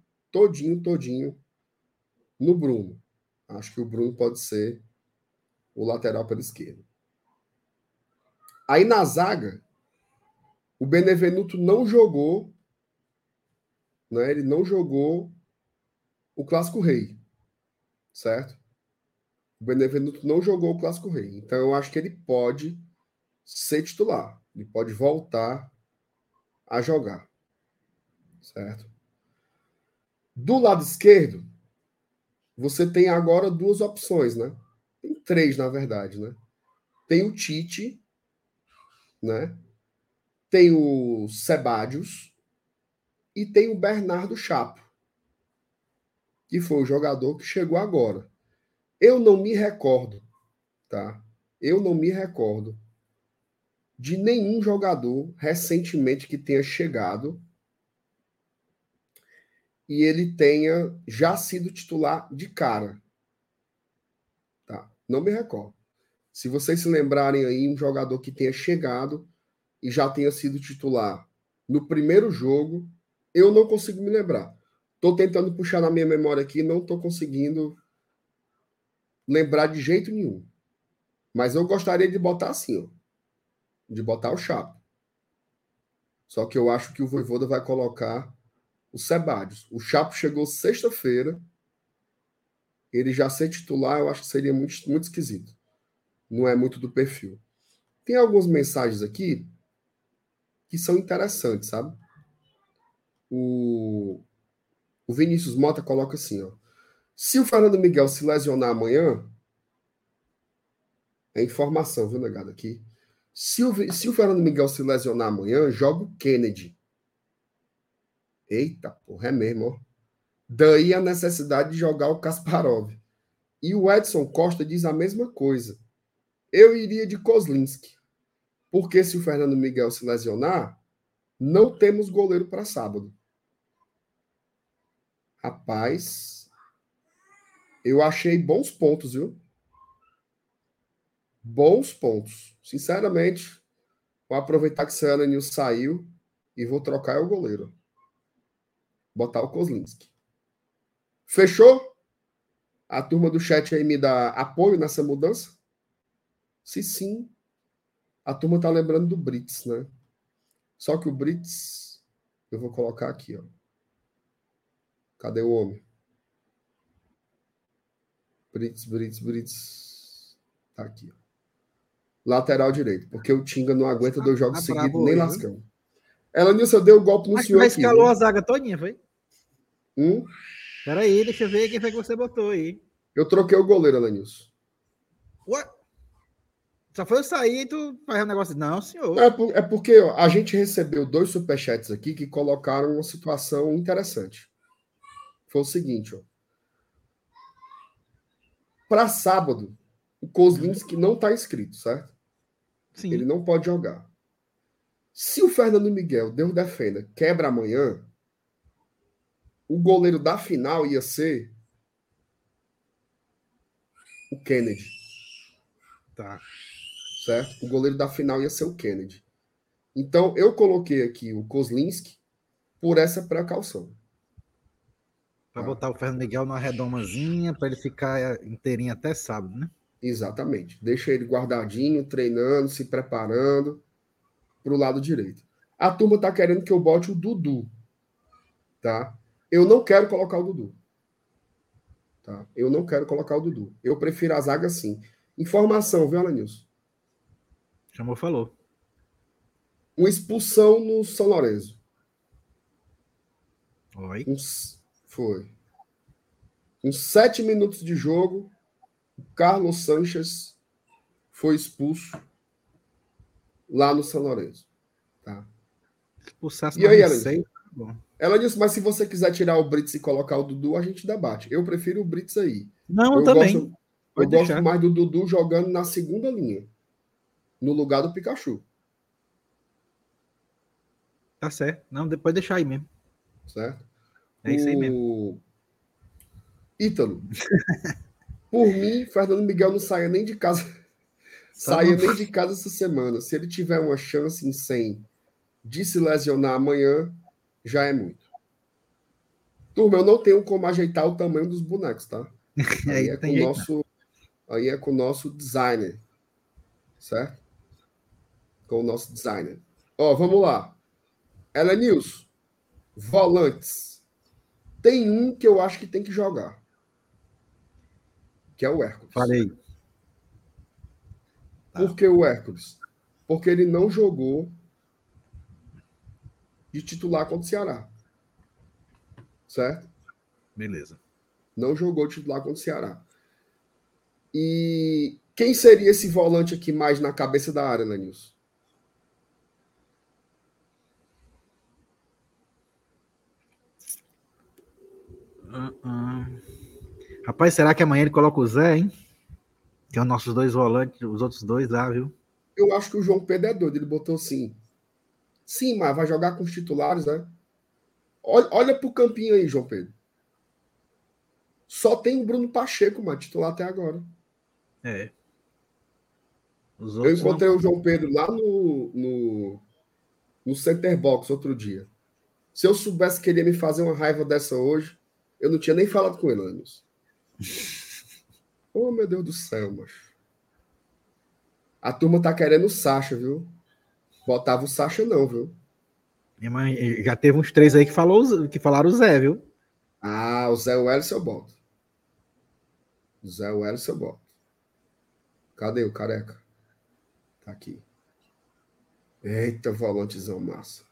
no Bruno. Acho que o Bruno pode ser o lateral pela esquerda. Aí na zaga, o Benevenuto não jogou, né? Ele não jogou o Clássico Rei, certo? O Benevenuto não jogou o Clássico Rei. Então eu acho que ele pode ser titular. Ele pode voltar a jogar, certo? Do lado esquerdo, você tem agora 2 opções, né? Tem 3, na verdade, né? Tem o Tite, né? Tem o Sebadios e tem o Bernardo Chapo, que foi o jogador que chegou agora. Eu não me recordo, tá? Eu não me recordo de nenhum jogador recentemente que tenha chegado e ele tenha já sido titular de cara. Tá? Não me recordo. Se vocês se lembrarem aí, um jogador que tenha chegado e já tenha sido titular no primeiro jogo, eu não consigo me lembrar. Estou tentando puxar na minha memória aqui, não estou conseguindo lembrar de jeito nenhum. Mas eu gostaria de botar assim, ó, de botar o Chapo. Só que eu acho que o Vojvoda vai colocar o Sebadios. O Chapo chegou sexta-feira. Ele já ser titular, eu acho que seria muito, muito esquisito. Não é muito do perfil. Tem algumas mensagens aqui que são interessantes, sabe? O Vinícius Mota coloca assim, ó. Se o Fernando Miguel se lesionar amanhã, é informação, viu, negado, aqui. Se o Fernando Miguel se lesionar amanhã, joga o Kennedy. Eita, porra, é mesmo, ó. Daí a necessidade de jogar o Kasparov. E o Edson Costa diz a mesma coisa. Eu iria de Kozlinski. Porque se o Fernando Miguel se lesionar, não temos goleiro para sábado. Rapaz, eu achei bons pontos, viu? Bons pontos. Sinceramente, vou aproveitar que o Celanil saiu e vou trocar o goleiro. Botar o Kozlinski. Fechou? A turma do chat aí me dá apoio nessa mudança? Se sim, a turma tá lembrando do Brits, né? Só que o Brits, eu vou colocar aqui, ó. Cadê o homem? Brits. Tá aqui. Lateral direito. Porque o Tinga não aguenta 2 jogos seguidos, nem lascando. Elenilson, eu dei o golpe no
Acho
senhor
que
aqui.
escalou a zaga todinha, foi?
Hum?
Peraí, deixa eu ver quem foi que você botou aí.
Eu troquei o goleiro, Elenilson.
Ué? Só foi eu sair e tu faz um negócio. Não, senhor.
É porque ó, a gente recebeu 2 superchats aqui que colocaram uma situação interessante. Foi o seguinte, ó. Para sábado, o Kozlinski não está inscrito, certo?
Sim.
Ele não pode jogar. Se o Fernando Miguel, Deus defenda, quebra amanhã, o goleiro da final ia ser o Kennedy.
Tá.
Certo? O goleiro da final ia ser o Kennedy. Então, eu coloquei aqui o Kozlinski por essa precaução.
Pra botar o Fernando Miguel numa redomazinha, pra ele ficar inteirinho até sábado, né?
Exatamente. Deixa ele guardadinho, treinando, se preparando para o lado direito. A turma tá querendo que eu bote o Dudu. Tá? Eu não quero colocar o Dudu. Tá? Eu não quero colocar o Dudu. Eu prefiro a zaga sim. Informação, viu, Alanilson?
Chamou, falou.
Uma expulsão no São Lourenço.
Oi.
Foi. Com 7 minutos de jogo, o Carlos Sanches foi expulso lá no São Lourenço. Tá?
Expulsasse
e aí, ela
disse,
ela disse, mas se você quiser tirar o Brits e colocar o Dudu, a gente debate. Eu prefiro o Brits aí.
Não, eu também.
Eu gosto mais do Dudu jogando na segunda linha, no lugar do Pikachu.
Tá certo. Não, depois deixar aí mesmo.
Certo?
É isso aí mesmo.
Ítalo. Por mim, Fernando Miguel não saia nem de casa. Saia nem de casa essa semana. Se ele tiver uma chance em 100 de se lesionar amanhã, já é muito. Turma, eu não tenho como ajeitar o tamanho dos bonecos, tá? Aí é com o nosso designer. Certo? Com o nosso designer. Ó, vamos lá. Elenilson, volantes. Tem um que eu acho que tem que jogar. Que é o Hércules.
Falei.
Por que o Hércules? Porque ele não jogou de titular contra o Ceará. Certo?
Beleza.
Não jogou de titular contra o Ceará. E quem seria esse volante aqui mais na cabeça da área, Lenilson?
Rapaz, será que amanhã ele coloca o Zé, hein? Que é os nossos 2 volantes, os outros 2 lá, viu?
Eu acho que o João Pedro é doido. Ele botou sim. Sim, mas vai jogar com os titulares, né? Olha pro campinho aí, João Pedro. Só tem o Bruno Pacheco, mano, titular até agora.
É.
Eu encontrei o João Pedro lá no Center Box outro dia. Se eu soubesse que ele ia me fazer uma raiva dessa hoje, eu não tinha nem falado com ele, Anos. Oh, meu Deus do céu, macho. A turma tá querendo o Sacha, viu? Botava o Sacha não, viu?
Minha mãe, já teve uns 3 aí que falaram o Zé, viu?
Ah, o Zé Wellison eu boto. O Zé Wellison eu boto. Cadê o careca? Tá aqui. Eita, volantezão massa.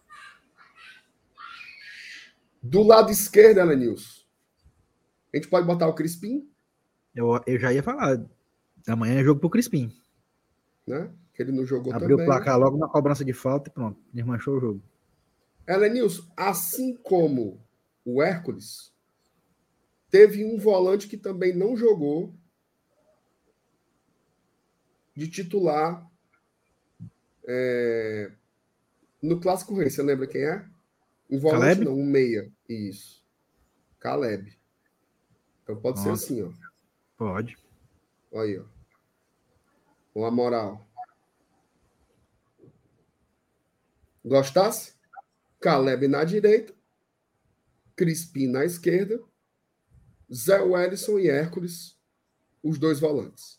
Do lado esquerdo, Elenilson. A gente pode botar o Crispim?
Eu já ia falar. Amanhã é jogo pro Crispim.
Né? Que ele não jogou
Abriu
também.
o placar logo na cobrança de falta e pronto. Desmanchou o jogo.
Elenilson, assim como o Hércules, teve um volante que também não jogou de titular no Clássico Rei. Você lembra quem é? Um volante
Caleb?
não, um meia. Isso. Caleb. Então pode ser
Pronto.
assim, ó.
Pode.
Olha aí, ó. Com a moral. Gostasse? Caleb na direita, Crispim na esquerda, Zé Wellison e Hércules, os 2 volantes.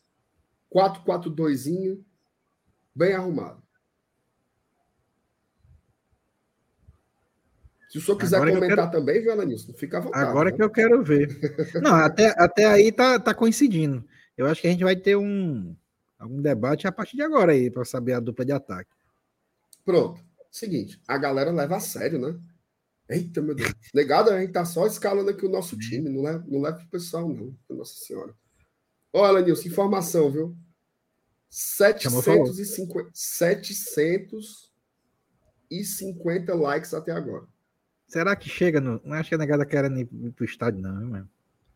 4-4-2, bem arrumado. Se o senhor quiser
Agora que eu
comentar também, viu, Alanilson? Fica à vontade.
Agora
né?
que eu quero ver. Não, até aí tá coincidindo. Eu acho que a gente vai ter algum debate a partir de agora aí, para saber a dupla de ataque.
Pronto. Seguinte, a galera leva a sério, né? Eita, meu Deus. Negado, a gente tá só escalando aqui o nosso time. Não leva pro pessoal, não. Nossa Senhora. Ó, Alanilson, informação, viu?
Chamou, falou.
750 likes até agora.
Será que chega no... Não acho que a negada quer ir pro estádio, não, mano.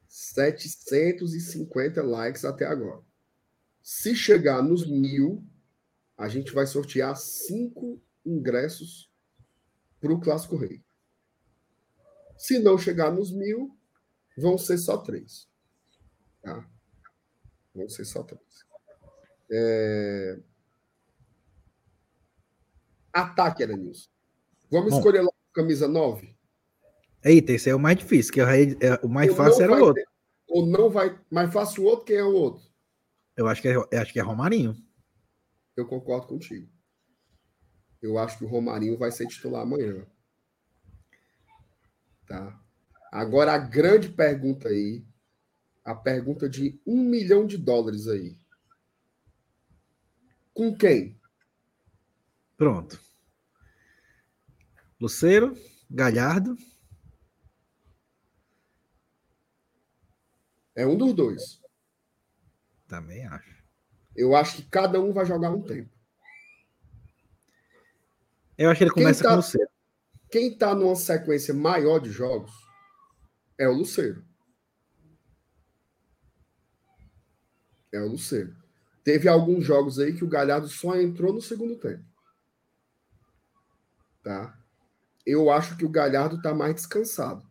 750 likes até agora. Se chegar nos 1000, a gente vai sortear 5 ingressos para o Clássico Rei. Se não chegar nos 1000, vão ser só 3. Tá? Vão ser só 3. Ataque, Elenilson. Vamos escolher lá a camisa 9?
Eita, esse é o mais difícil, que o mais fácil era o outro.
Ou não vai mais fácil o outro, quem é o outro?
Eu acho que é Romarinho.
Eu concordo contigo. Eu acho que o Romarinho vai ser titular amanhã. Tá? Agora a grande pergunta aí, a pergunta de $1 milhão aí. Com quem?
Pronto. Lucero, Galhardo.
É um dos dois.
Também acho.
Eu acho que cada um vai jogar um tempo.
Eu acho que ele começa com o Lucero.
Quem está numa sequência maior de jogos é o Lucero. É o Lucero. Teve alguns jogos aí que o Galhardo só entrou no segundo tempo. Tá? Eu acho que o Galhardo está mais descansado.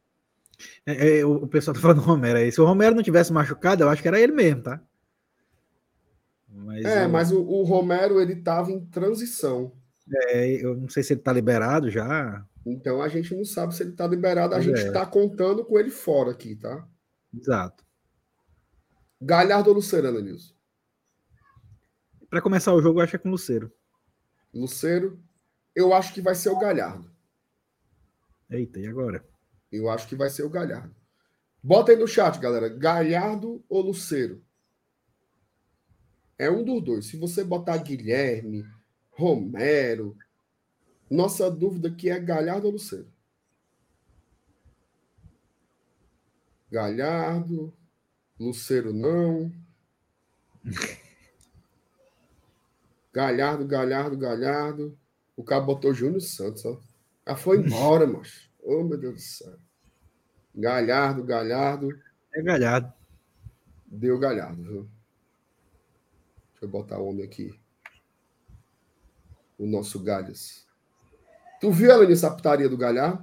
O pessoal tá falando do Romero aí. Se o Romero não tivesse machucado, eu acho que era ele mesmo, tá?
Mas o Romero, ele estava em transição.
Eu não sei se ele tá liberado já.
Então a gente não sabe se ele está liberado. A gente está contando com ele fora aqui, tá?
Exato.
Galhardo ou Lucerano, Nilson?
Para começar o jogo, eu acho que é com o Lucero.
Lucero, eu acho que vai ser o Galhardo.
Eita, e agora?
Eu acho que vai ser o Galhardo. Bota aí no chat, galera. Galhardo ou Lucero? É um dos dois. Se você botar Guilherme, Romero, nossa dúvida aqui é Galhardo ou Lucero? Galhardo, Lucero não. Galhardo. O cara botou Júnior Santos, ó. Ah, foi embora, macho. Oh, meu Deus do céu. Galhardo.
É Galhardo.
Deu Galhardo, viu? Deixa eu botar o homem aqui. O nosso Galhas. Tu viu ela nessa putaria do Galhardo?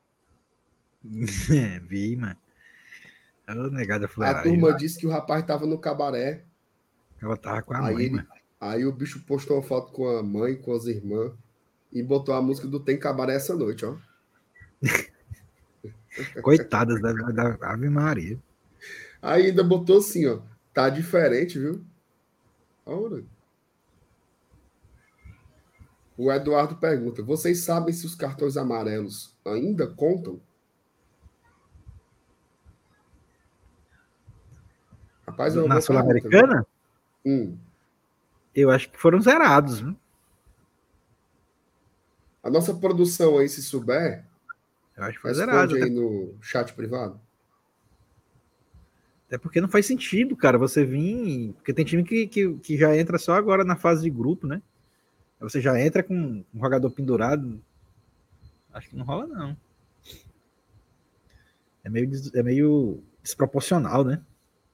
Vi, mano.
A turma disse que o rapaz tava no cabaré.
Ela tava com a mãe, mano.
Aí o bicho postou uma foto com a mãe, com as irmãs, e botou a música do Tem Cabaré essa noite, ó.
Coitadas da Ave Maria.
Aí ainda botou assim, ó. Tá diferente, viu? Ora. O Eduardo pergunta: vocês sabem se os cartões amarelos ainda contam? Rapaz,
Na Sul-Americana? Eu acho que foram zerados, né?
A nossa produção aí, se souber,
eu acho que foi zerado.
Responde aí no chat privado.
Até porque não faz sentido, cara, você vir... Porque tem time que já entra só agora na fase de grupo, né? Você já entra com um jogador pendurado. Acho que não rola, não. É meio desproporcional, né?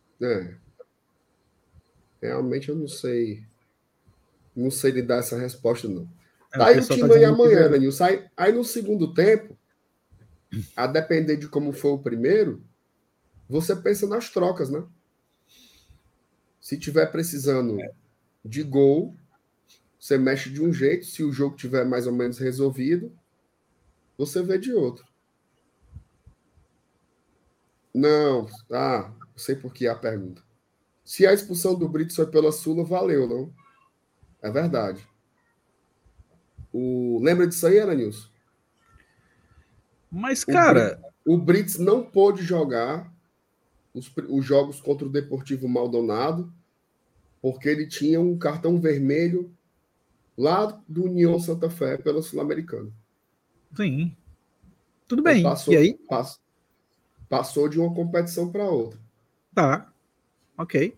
Realmente eu não sei. Não sei lhe dar essa resposta, não.
Tá
aí o time aí amanhã, né, Nilson? Aí no segundo tempo, a depender de como for o primeiro, você pensa nas trocas, né? Se tiver precisando de gol, você mexe de um jeito. Se o jogo tiver mais ou menos resolvido, você vê de outro. Não. Sei por que a pergunta. Se a expulsão do Brito foi pela Sula, valeu, não? É verdade. Lembra disso aí, Ana Nilson?
Mas, cara...
O Brits não pôde jogar os jogos contra o Deportivo Maldonado porque ele tinha um cartão vermelho lá do União Santa Fé pela Sul-Americana.
Sim. Tudo
Então,
bem. E aí?
Passou de uma competição para outra.
Tá. Ok.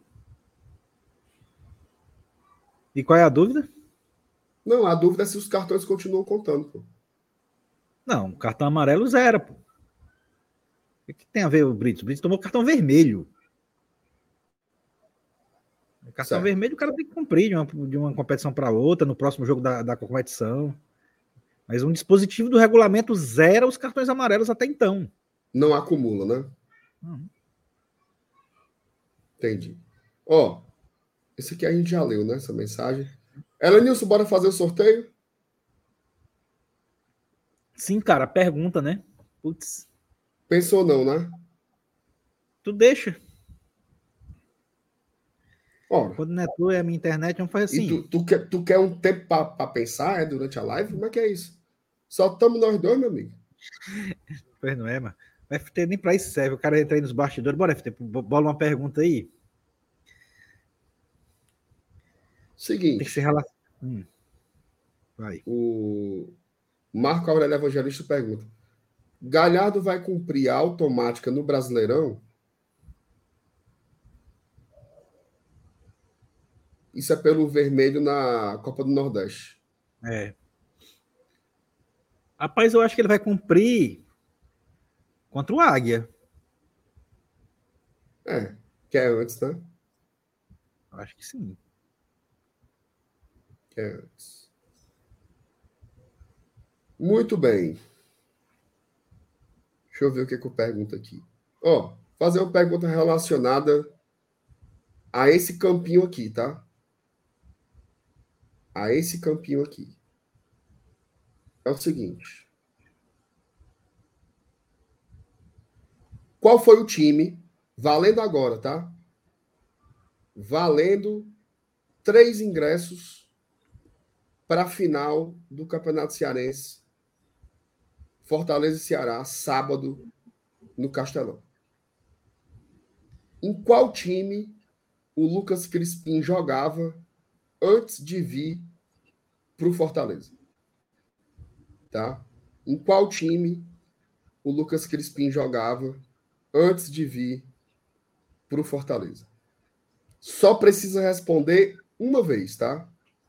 E qual é a dúvida?
Não, a dúvida é se os cartões continuam contando, pô.
Não, cartão amarelo zero, pô. O que tem a ver o Brits? O Brits tomou cartão vermelho. O cartão
Certo.
vermelho o cara tem que cumprir de uma competição para outra, no próximo jogo da competição. Mas um dispositivo do regulamento zera os cartões amarelos até então.
Não acumula, né? Entendi. Ó, esse aqui a gente já leu, né? Essa mensagem. Elenilson, bora fazer o sorteio?
Sim, cara, pergunta, né? Putz.
Pensou não, né?
Tu deixa.
Ora.
Quando não é tu, é a minha internet, vamos fazer assim.
E tu quer um tempo para pensar durante a live? Como é que é isso? Só estamos nós dois, meu amigo.
Pois não é, mano. O FT nem pra isso serve. O cara entra aí nos bastidores. Bora, FT, bola uma pergunta aí.
Seguinte.
Tem que ser relacionado. Vai.
O Marco Aurélio Evangelista pergunta: Galhardo vai cumprir a automática no Brasileirão? Isso é pelo vermelho na Copa do Nordeste.
É. Rapaz, eu acho que ele vai cumprir contra o Águia.
É, que é antes, né?
Eu acho que sim.
Que é antes. Muito bem. Deixa eu ver o que eu pergunto aqui. Ó, fazer uma pergunta relacionada a esse campinho aqui, tá? A esse campinho aqui. É o seguinte. Qual foi o time, valendo agora, tá? Valendo 3 ingressos para a final do Campeonato Cearense, Fortaleza e Ceará, sábado, no Castelão. Em qual time o Lucas Crispim jogava antes de vir para o Fortaleza? Tá? Em qual time o Lucas Crispim jogava antes de vir para o Fortaleza? Só precisa responder uma vez, tá?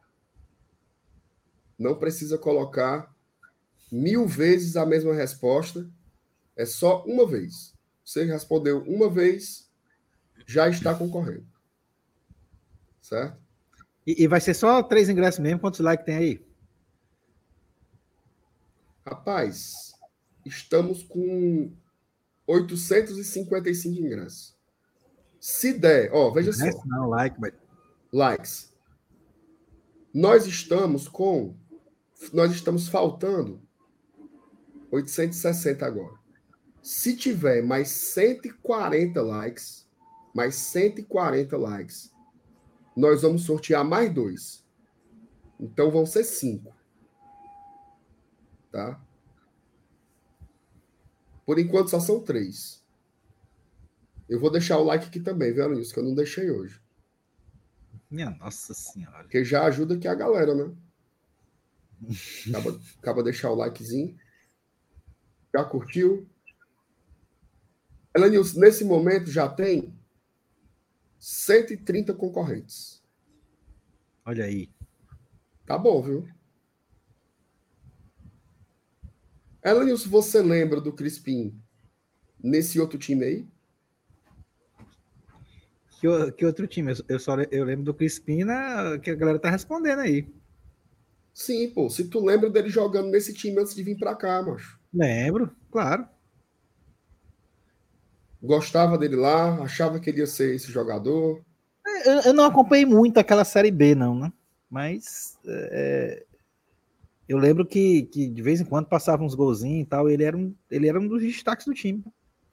Não precisa colocar 1000 vezes a mesma resposta. É só uma vez. Você respondeu uma vez, já está concorrendo. Certo?
E vai ser só 3 ingressos mesmo? Quantos likes tem aí?
Rapaz, estamos com 855 ingressos. Se der, ó, veja só.
Não, like, mas...
Likes. Nós estamos faltando 860 agora. Se tiver mais 140 likes, nós vamos sortear mais 2. Então vão ser 5. Tá? Por enquanto só são 3. Eu vou deixar o like aqui também, viu, Alanilson? Que eu não deixei hoje.
Minha nossa senhora.
Porque já ajuda aqui a galera, né? Acaba deixar o likezinho. Já curtiu? Elenilson, nesse momento já tem 130 concorrentes.
Olha aí.
Tá bom, viu? Elenilson, você lembra do Crispim nesse outro time aí?
Que outro time? Eu lembro do Crispim que a galera tá respondendo aí.
Sim, pô. Se tu lembra dele jogando nesse time antes de vir pra cá, macho.
Lembro, claro.
Gostava dele lá, achava que ele ia ser esse jogador.
Eu não acompanhei muito aquela Série B, não, né? Mas eu lembro que de vez em quando passava uns golzinhos e tal. Ele era um dos destaques do time.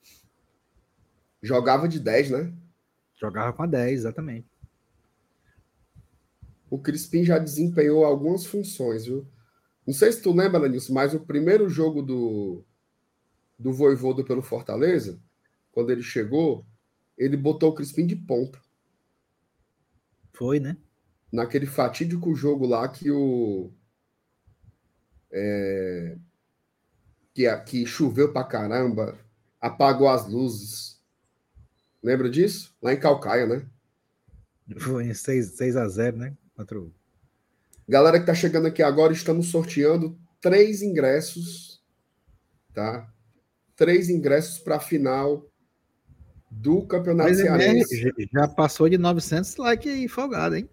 Jogava de 10, né?
Jogava com a 10, exatamente.
O Crispim já desempenhou algumas funções, viu? Não sei se tu lembra, Lenilson, mas o primeiro jogo do Vojvoda pelo Fortaleza, quando ele chegou, ele botou o Crispim de ponta.
Foi, né?
Naquele fatídico jogo lá que que choveu pra caramba, apagou as luzes. Lembra disso? Lá em Calcaia, né?
Foi em 6-0, né? Contra o...
Galera que tá chegando aqui agora, estamos sorteando 3 ingressos, tá? 3 ingressos para a final do Campeonato
Mas MR
Cearense.
já passou de 900 likes aí, folgado, hein?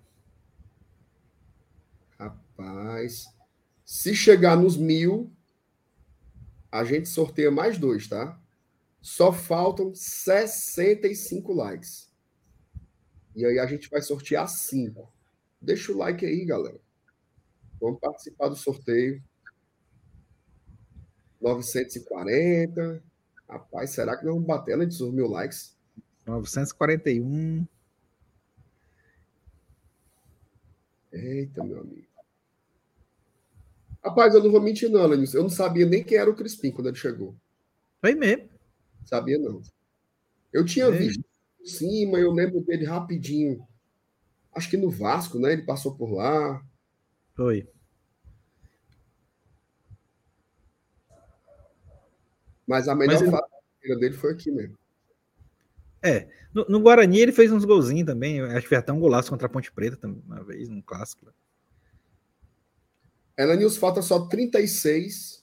Rapaz, se chegar nos 1.000, a gente sorteia mais 2, tá? Só faltam 65 likes. E aí a gente vai sortear 5. Deixa o like aí, galera. Vamos participar do sorteio. 940. Rapaz, será que nós vamos bater antes dos 1.000 likes?
941.
Eita, meu amigo. Rapaz, eu não vou mentir, não, Lenilson. Eu não sabia nem quem era o Crispim quando ele chegou.
Foi mesmo.
Sabia, não. Eu tinha visto por cima, eu lembro dele rapidinho. Acho que no Vasco, né? Ele passou por lá.
Foi.
Mas a melhor fase dele foi aqui mesmo.
É. No Guarani ele fez uns golzinhos também. Eu acho que foi até um golaço contra a Ponte Preta também, uma vez, num clássico.
Elenilson, falta só 36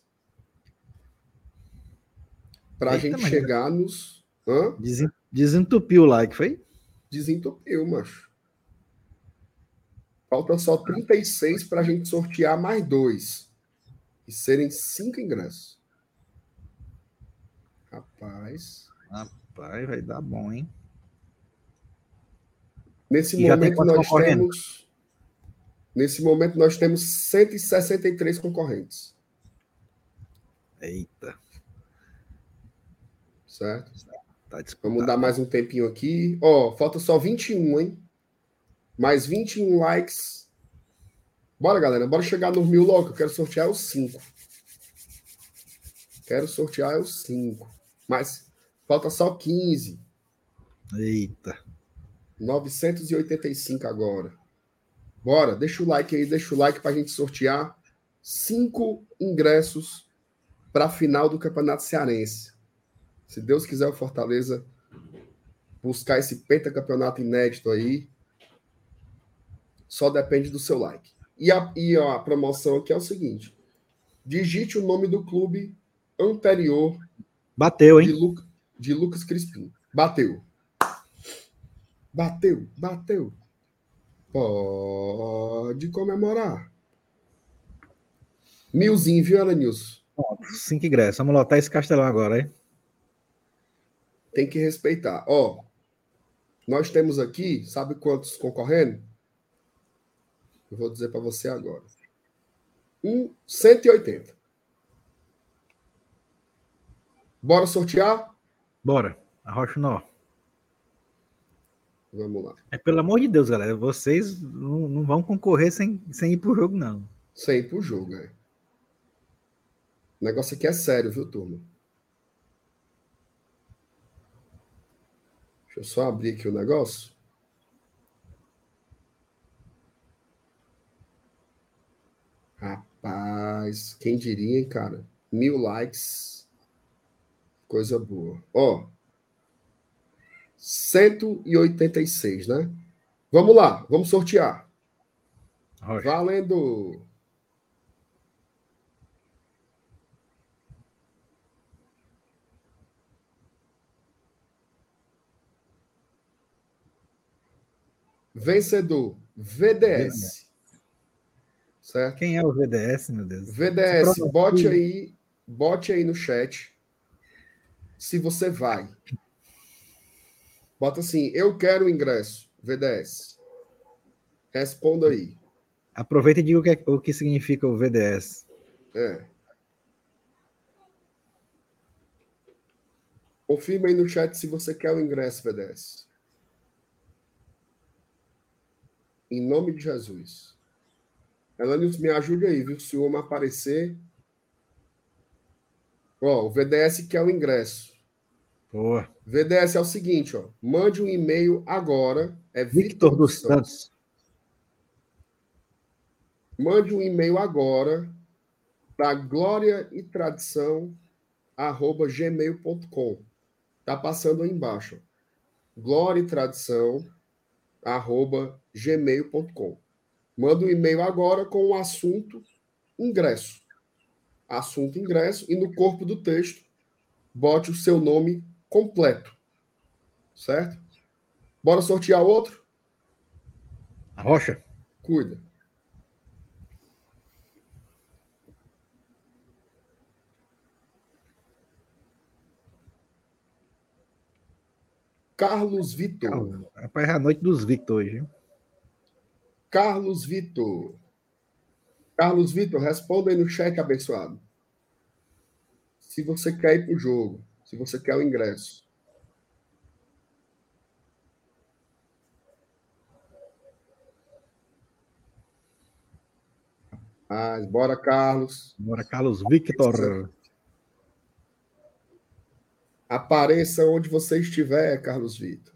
para a gente chegar nos... Hã?
Desentupiu o like, foi?
Desentupiu, macho. Falta só 36 para a gente sortear mais 2. E serem 5 ingressos. Rapaz,
vai dar bom, hein?
Nesse momento nós temos 163 concorrentes.
Eita.
Certo?
Tá
Vamos dar mais um tempinho aqui. Ó, falta só 21, hein? Mais 21 likes. Bora, galera. Bora chegar nos 1.000 logo. Eu quero sortear os 5. Mas falta só 15.
Eita.
985 agora. Bora, deixa o like aí, deixa o like para a gente sortear 5 ingressos para a final do Campeonato Cearense. Se Deus quiser, o Fortaleza buscar esse pentacampeonato inédito aí, só depende do seu like. E a promoção aqui é o seguinte: digite o nome do clube anterior.
Bateu, hein?
De Lucas Crispim. Bateu. Pode comemorar. 1.000, viu, Elenilson?
5 ingressos. Vamos lotar esse castelão agora, hein?
Tem que respeitar. Ó, nós temos aqui, sabe quantos concorrendo? Eu vou dizer para você agora. 180. Bora sortear?
Bora. Arrocha o nó.
Vamos lá.
Pelo amor de Deus, galera. Vocês não vão concorrer sem ir pro jogo, não.
Sem ir pro jogo, é. O negócio aqui é sério, viu, turma? Deixa eu só abrir aqui o negócio. Rapaz, quem diria, hein, cara? 1.000 likes. Coisa boa. Ó, 186, né? Vamos lá, vamos sortear.
Rocha.
Valendo! Vencedor, VDS. Certo?
Quem é o VDS, meu Deus?
VDS, bote aí no chat se você vai. Bota assim, eu quero o ingresso, VDS. Responda aí.
Aproveita e diga o que significa o VDS.
Confirma aí no chat se você quer o ingresso, VDS. Em nome de Jesus. Elenilson, me ajude aí, viu? Se o homem aparecer. Ó, o VDS quer o ingresso.
Boa.
VDS é o seguinte, ó. Mande um e-mail agora. É
Victor dos Santos.
Mande um e-mail agora para gloriaetradição@gmail.com. Tá passando aí embaixo. gloriaetradição@gmail.com. Manda um e-mail agora com o assunto ingresso. Assunto ingresso e no corpo do texto bote o seu nome completo. Certo? Bora sortear outro?
A Rocha.
Cuida. Carlos Vitor.
Rapaz, é a noite dos Victor hoje. Hein?
Carlos Vitor. Carlos Vitor, responda aí no chat, abençoado. Se você quer ir para o jogo, se você quer o ingresso. Bora, Carlos.
Bora, Carlos Victor.
Apareça onde você estiver, Carlos Vitor.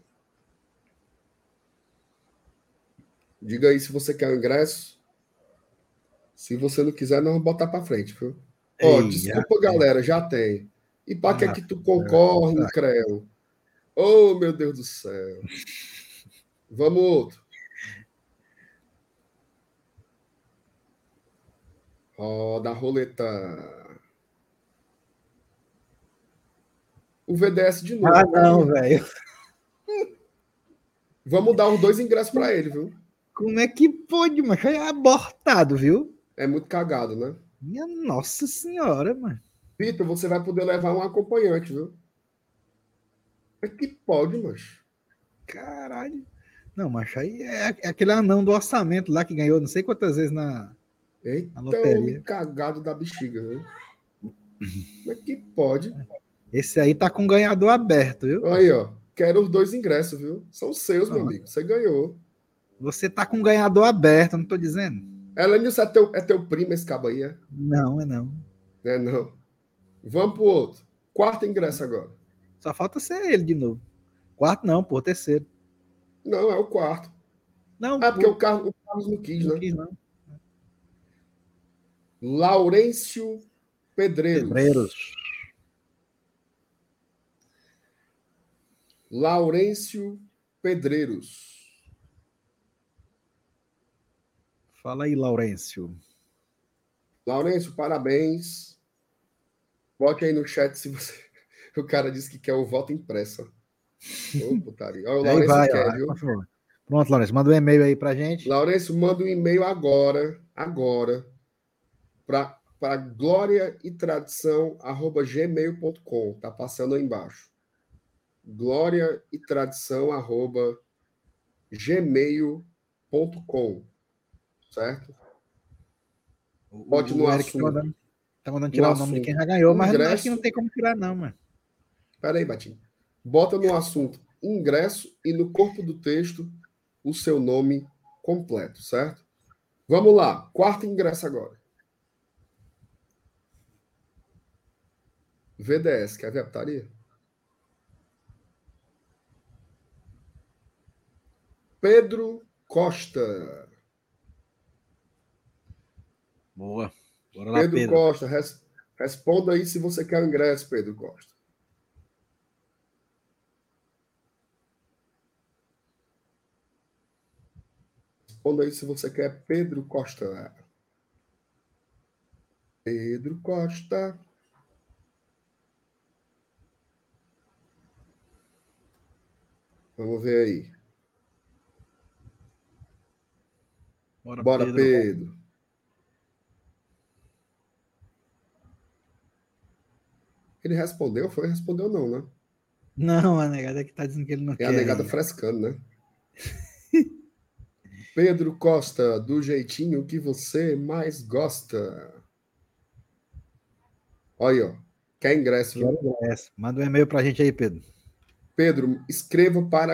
Diga aí se você quer o ingresso. Se você não quiser, nós vamos botar para frente, viu? Ó, desculpa, galera, já tem. E para que é que tu concorre, Creu? Oh, meu Deus do céu. Vamos outro. Roda a roleta. O VDS de novo.
Ah, não, velho.
Vamos dar os 2 ingressos para ele, viu?
Como é que pode, mano? É abortado, viu?
É muito cagado, né?
Minha Nossa Senhora, mano.
Vitor, você vai poder levar um acompanhante, viu? É que pode, macho.
Caralho. Não, macho, aí é aquele anão do orçamento lá que ganhou não sei quantas vezes na loteria.
Cagado da bexiga, viu? É que pode.
Esse aí tá com o ganhador aberto, viu?
Aí, ó. Quero os 2 ingressos, viu? São seus, meu amigo. Você ganhou.
Você tá com o ganhador aberto, não tô dizendo.
Elenilson, é teu primo esse cabo aí, é?
Não, é não.
É não. Vamos pro outro. 4º ingresso agora.
Só falta ser ele de novo. 4º não, pô, 3º.
Não, é o 4º.
Não,
porque o Carlos não quis, né?
Não quis, não.
Laurêncio Pedreiros. Laurêncio Pedreiros.
Fala aí, Laurêncio.
Laurêncio, parabéns. Bote aí no chat se você. O cara disse que quer o voto impresso. Ô, putaria. Olha, o Laurêncio
vai,
quer,
ó,
viu?
Pronto, Laurêncio, manda um e-mail aí pra gente.
Laurêncio, manda um e-mail agora, para gloriaetradição@gmail.com. Tá passando aí embaixo. gloriaetradição@gmail.com. Certo?
Bote no assunto. Tá mandando tirar o nome de quem já ganhou, mas acho que não tem como tirar, não, mano.
Pera aí, Batinho. Bota no assunto ingresso e no corpo do texto o seu nome completo, certo? Vamos lá. 4º ingresso agora. VDS, quer ver a putaria? Pedro Costa.
Boa. Bora lá,
Pedro Costa, responda aí se você quer o ingresso, Pedro Costa. Responda aí se você quer Pedro Costa. Pedro Costa. Vamos ver aí. Bora, Pedro. Ele respondeu? Foi? Respondeu não, né?
Não, a negada que tá dizendo que ele não quer.
É a negada frescando, né? Pedro Costa, do jeitinho que você mais gosta. Olha aí, ó. Quer ingresso, viu?
Manda um e-mail pra gente aí, Pedro.
Pedro, escreva para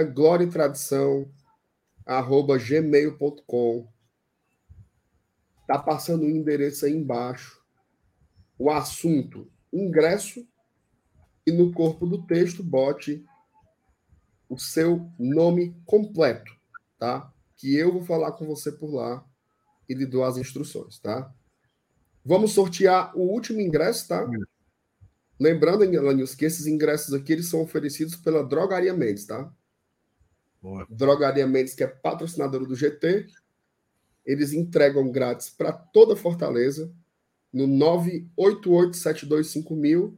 gloriaetradição@gmail.com. Tá passando o endereço aí embaixo. O assunto ingresso e no corpo do texto bote o seu nome completo, tá? Que eu vou falar com você por lá e lhe dou as instruções, tá? Vamos sortear o último ingresso, tá? Lembrando, Elenilson, que esses ingressos aqui eles são oferecidos pela Drogaria Mendes, tá?
Boa.
Drogaria Mendes, que é patrocinadora do GT, eles entregam grátis para toda Fortaleza no 988725000,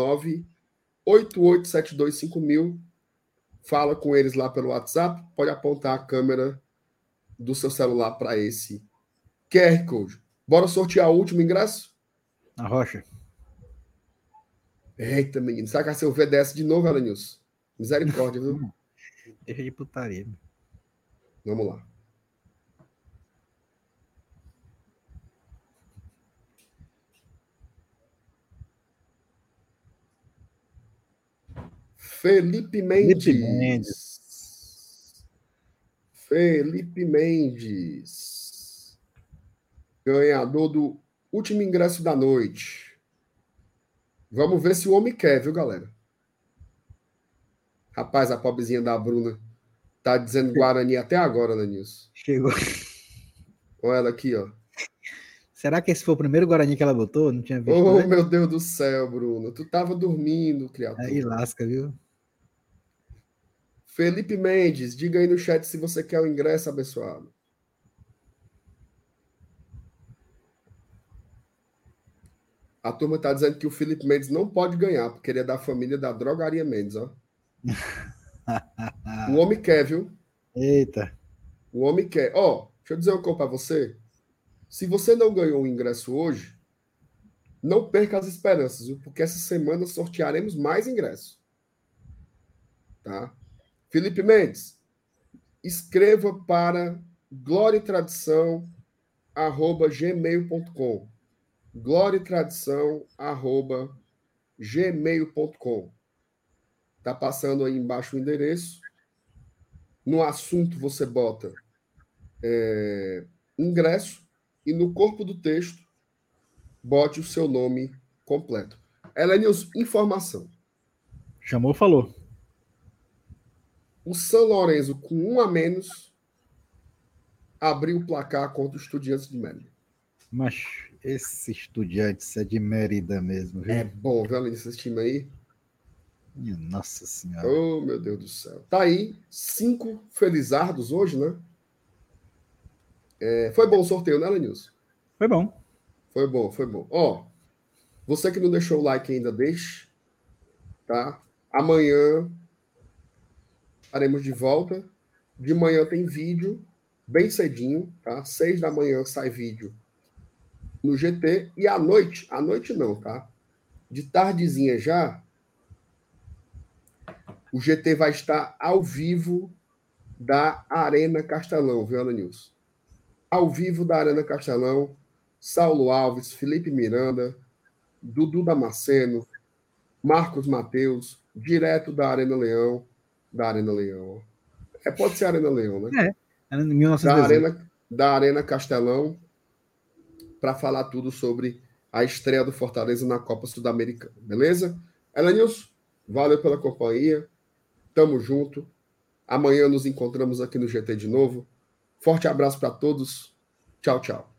988725000. Fala com eles lá pelo WhatsApp, pode apontar a câmera do seu celular para esse QR Code. Bora sortear o último ingresso?
Na rocha.
Eita, menino. Será que vai ser o VDS de novo, Elenilson? Misericórdia, viu?
Deixa de putaria.
Vamos lá. Felipe Mendes. Ganhador do último ingresso da noite. Vamos ver se o homem quer, viu, galera? Rapaz, a pobrezinha da Bruna tá dizendo Guarani até agora, Lenilson.
Chegou.
Olha ela aqui, ó.
Será que esse foi o primeiro Guarani que ela botou? Não tinha visto.
Oh, meu Deus do céu, Bruno. Tu tava dormindo, criatura.
Aí lasca, viu?
Felipe Mendes, diga aí no chat se você quer o ingresso, abençoado. A turma tá dizendo que o Felipe Mendes não pode ganhar, porque ele é da família da Drogaria Mendes, ó. O homem quer, viu?
Eita.
O homem quer. Ó, deixa eu dizer uma coisa pra você. Se você não ganhou o ingresso hoje, não perca as esperanças, viu? Porque essa semana sortearemos mais ingressos. Tá? Felipe Mendes, escreva para gloriatradição@gmail.com. gloriatradição@gmail.com. Tá passando aí embaixo o endereço. No assunto você bota ingresso e no corpo do texto bote o seu nome completo. Elenilson, informação.
Chamou, falou.
O São Lourenço, com 1 a menos, abriu o placar contra o Estudiantes de Mérida.
Mas esse Estudiantes é de Mérida mesmo, viu?
É bom, viu, Elenilson, esse time aí?
Minha Nossa Senhora.
Oh, meu Deus do céu. Tá aí, 5 felizardos hoje, né? Foi bom o sorteio, né, Elenilson?
Foi bom.
Foi bom, foi bom. Ó, você que não deixou o like ainda, deixe, tá? Amanhã estaremos de volta. De manhã tem vídeo, bem cedinho, tá? 6 da manhã sai vídeo no GT. E à noite não, tá? De tardezinha já, o GT vai estar ao vivo da Arena Castelão, viu, Elenilson? Ao vivo da Arena Castelão, Saulo Alves, Felipe Miranda, Dudu Damasceno, Marcos Mateus, direto da Arena Leão. Pode ser Arena Leão, né?
Em 1918.
Da Arena Castelão, para falar tudo sobre a estreia do Fortaleza na Copa Sul-Americana, beleza? Elenilson, valeu pela companhia, tamo junto. Amanhã nos encontramos aqui no GT de novo. Forte abraço para todos. Tchau, tchau.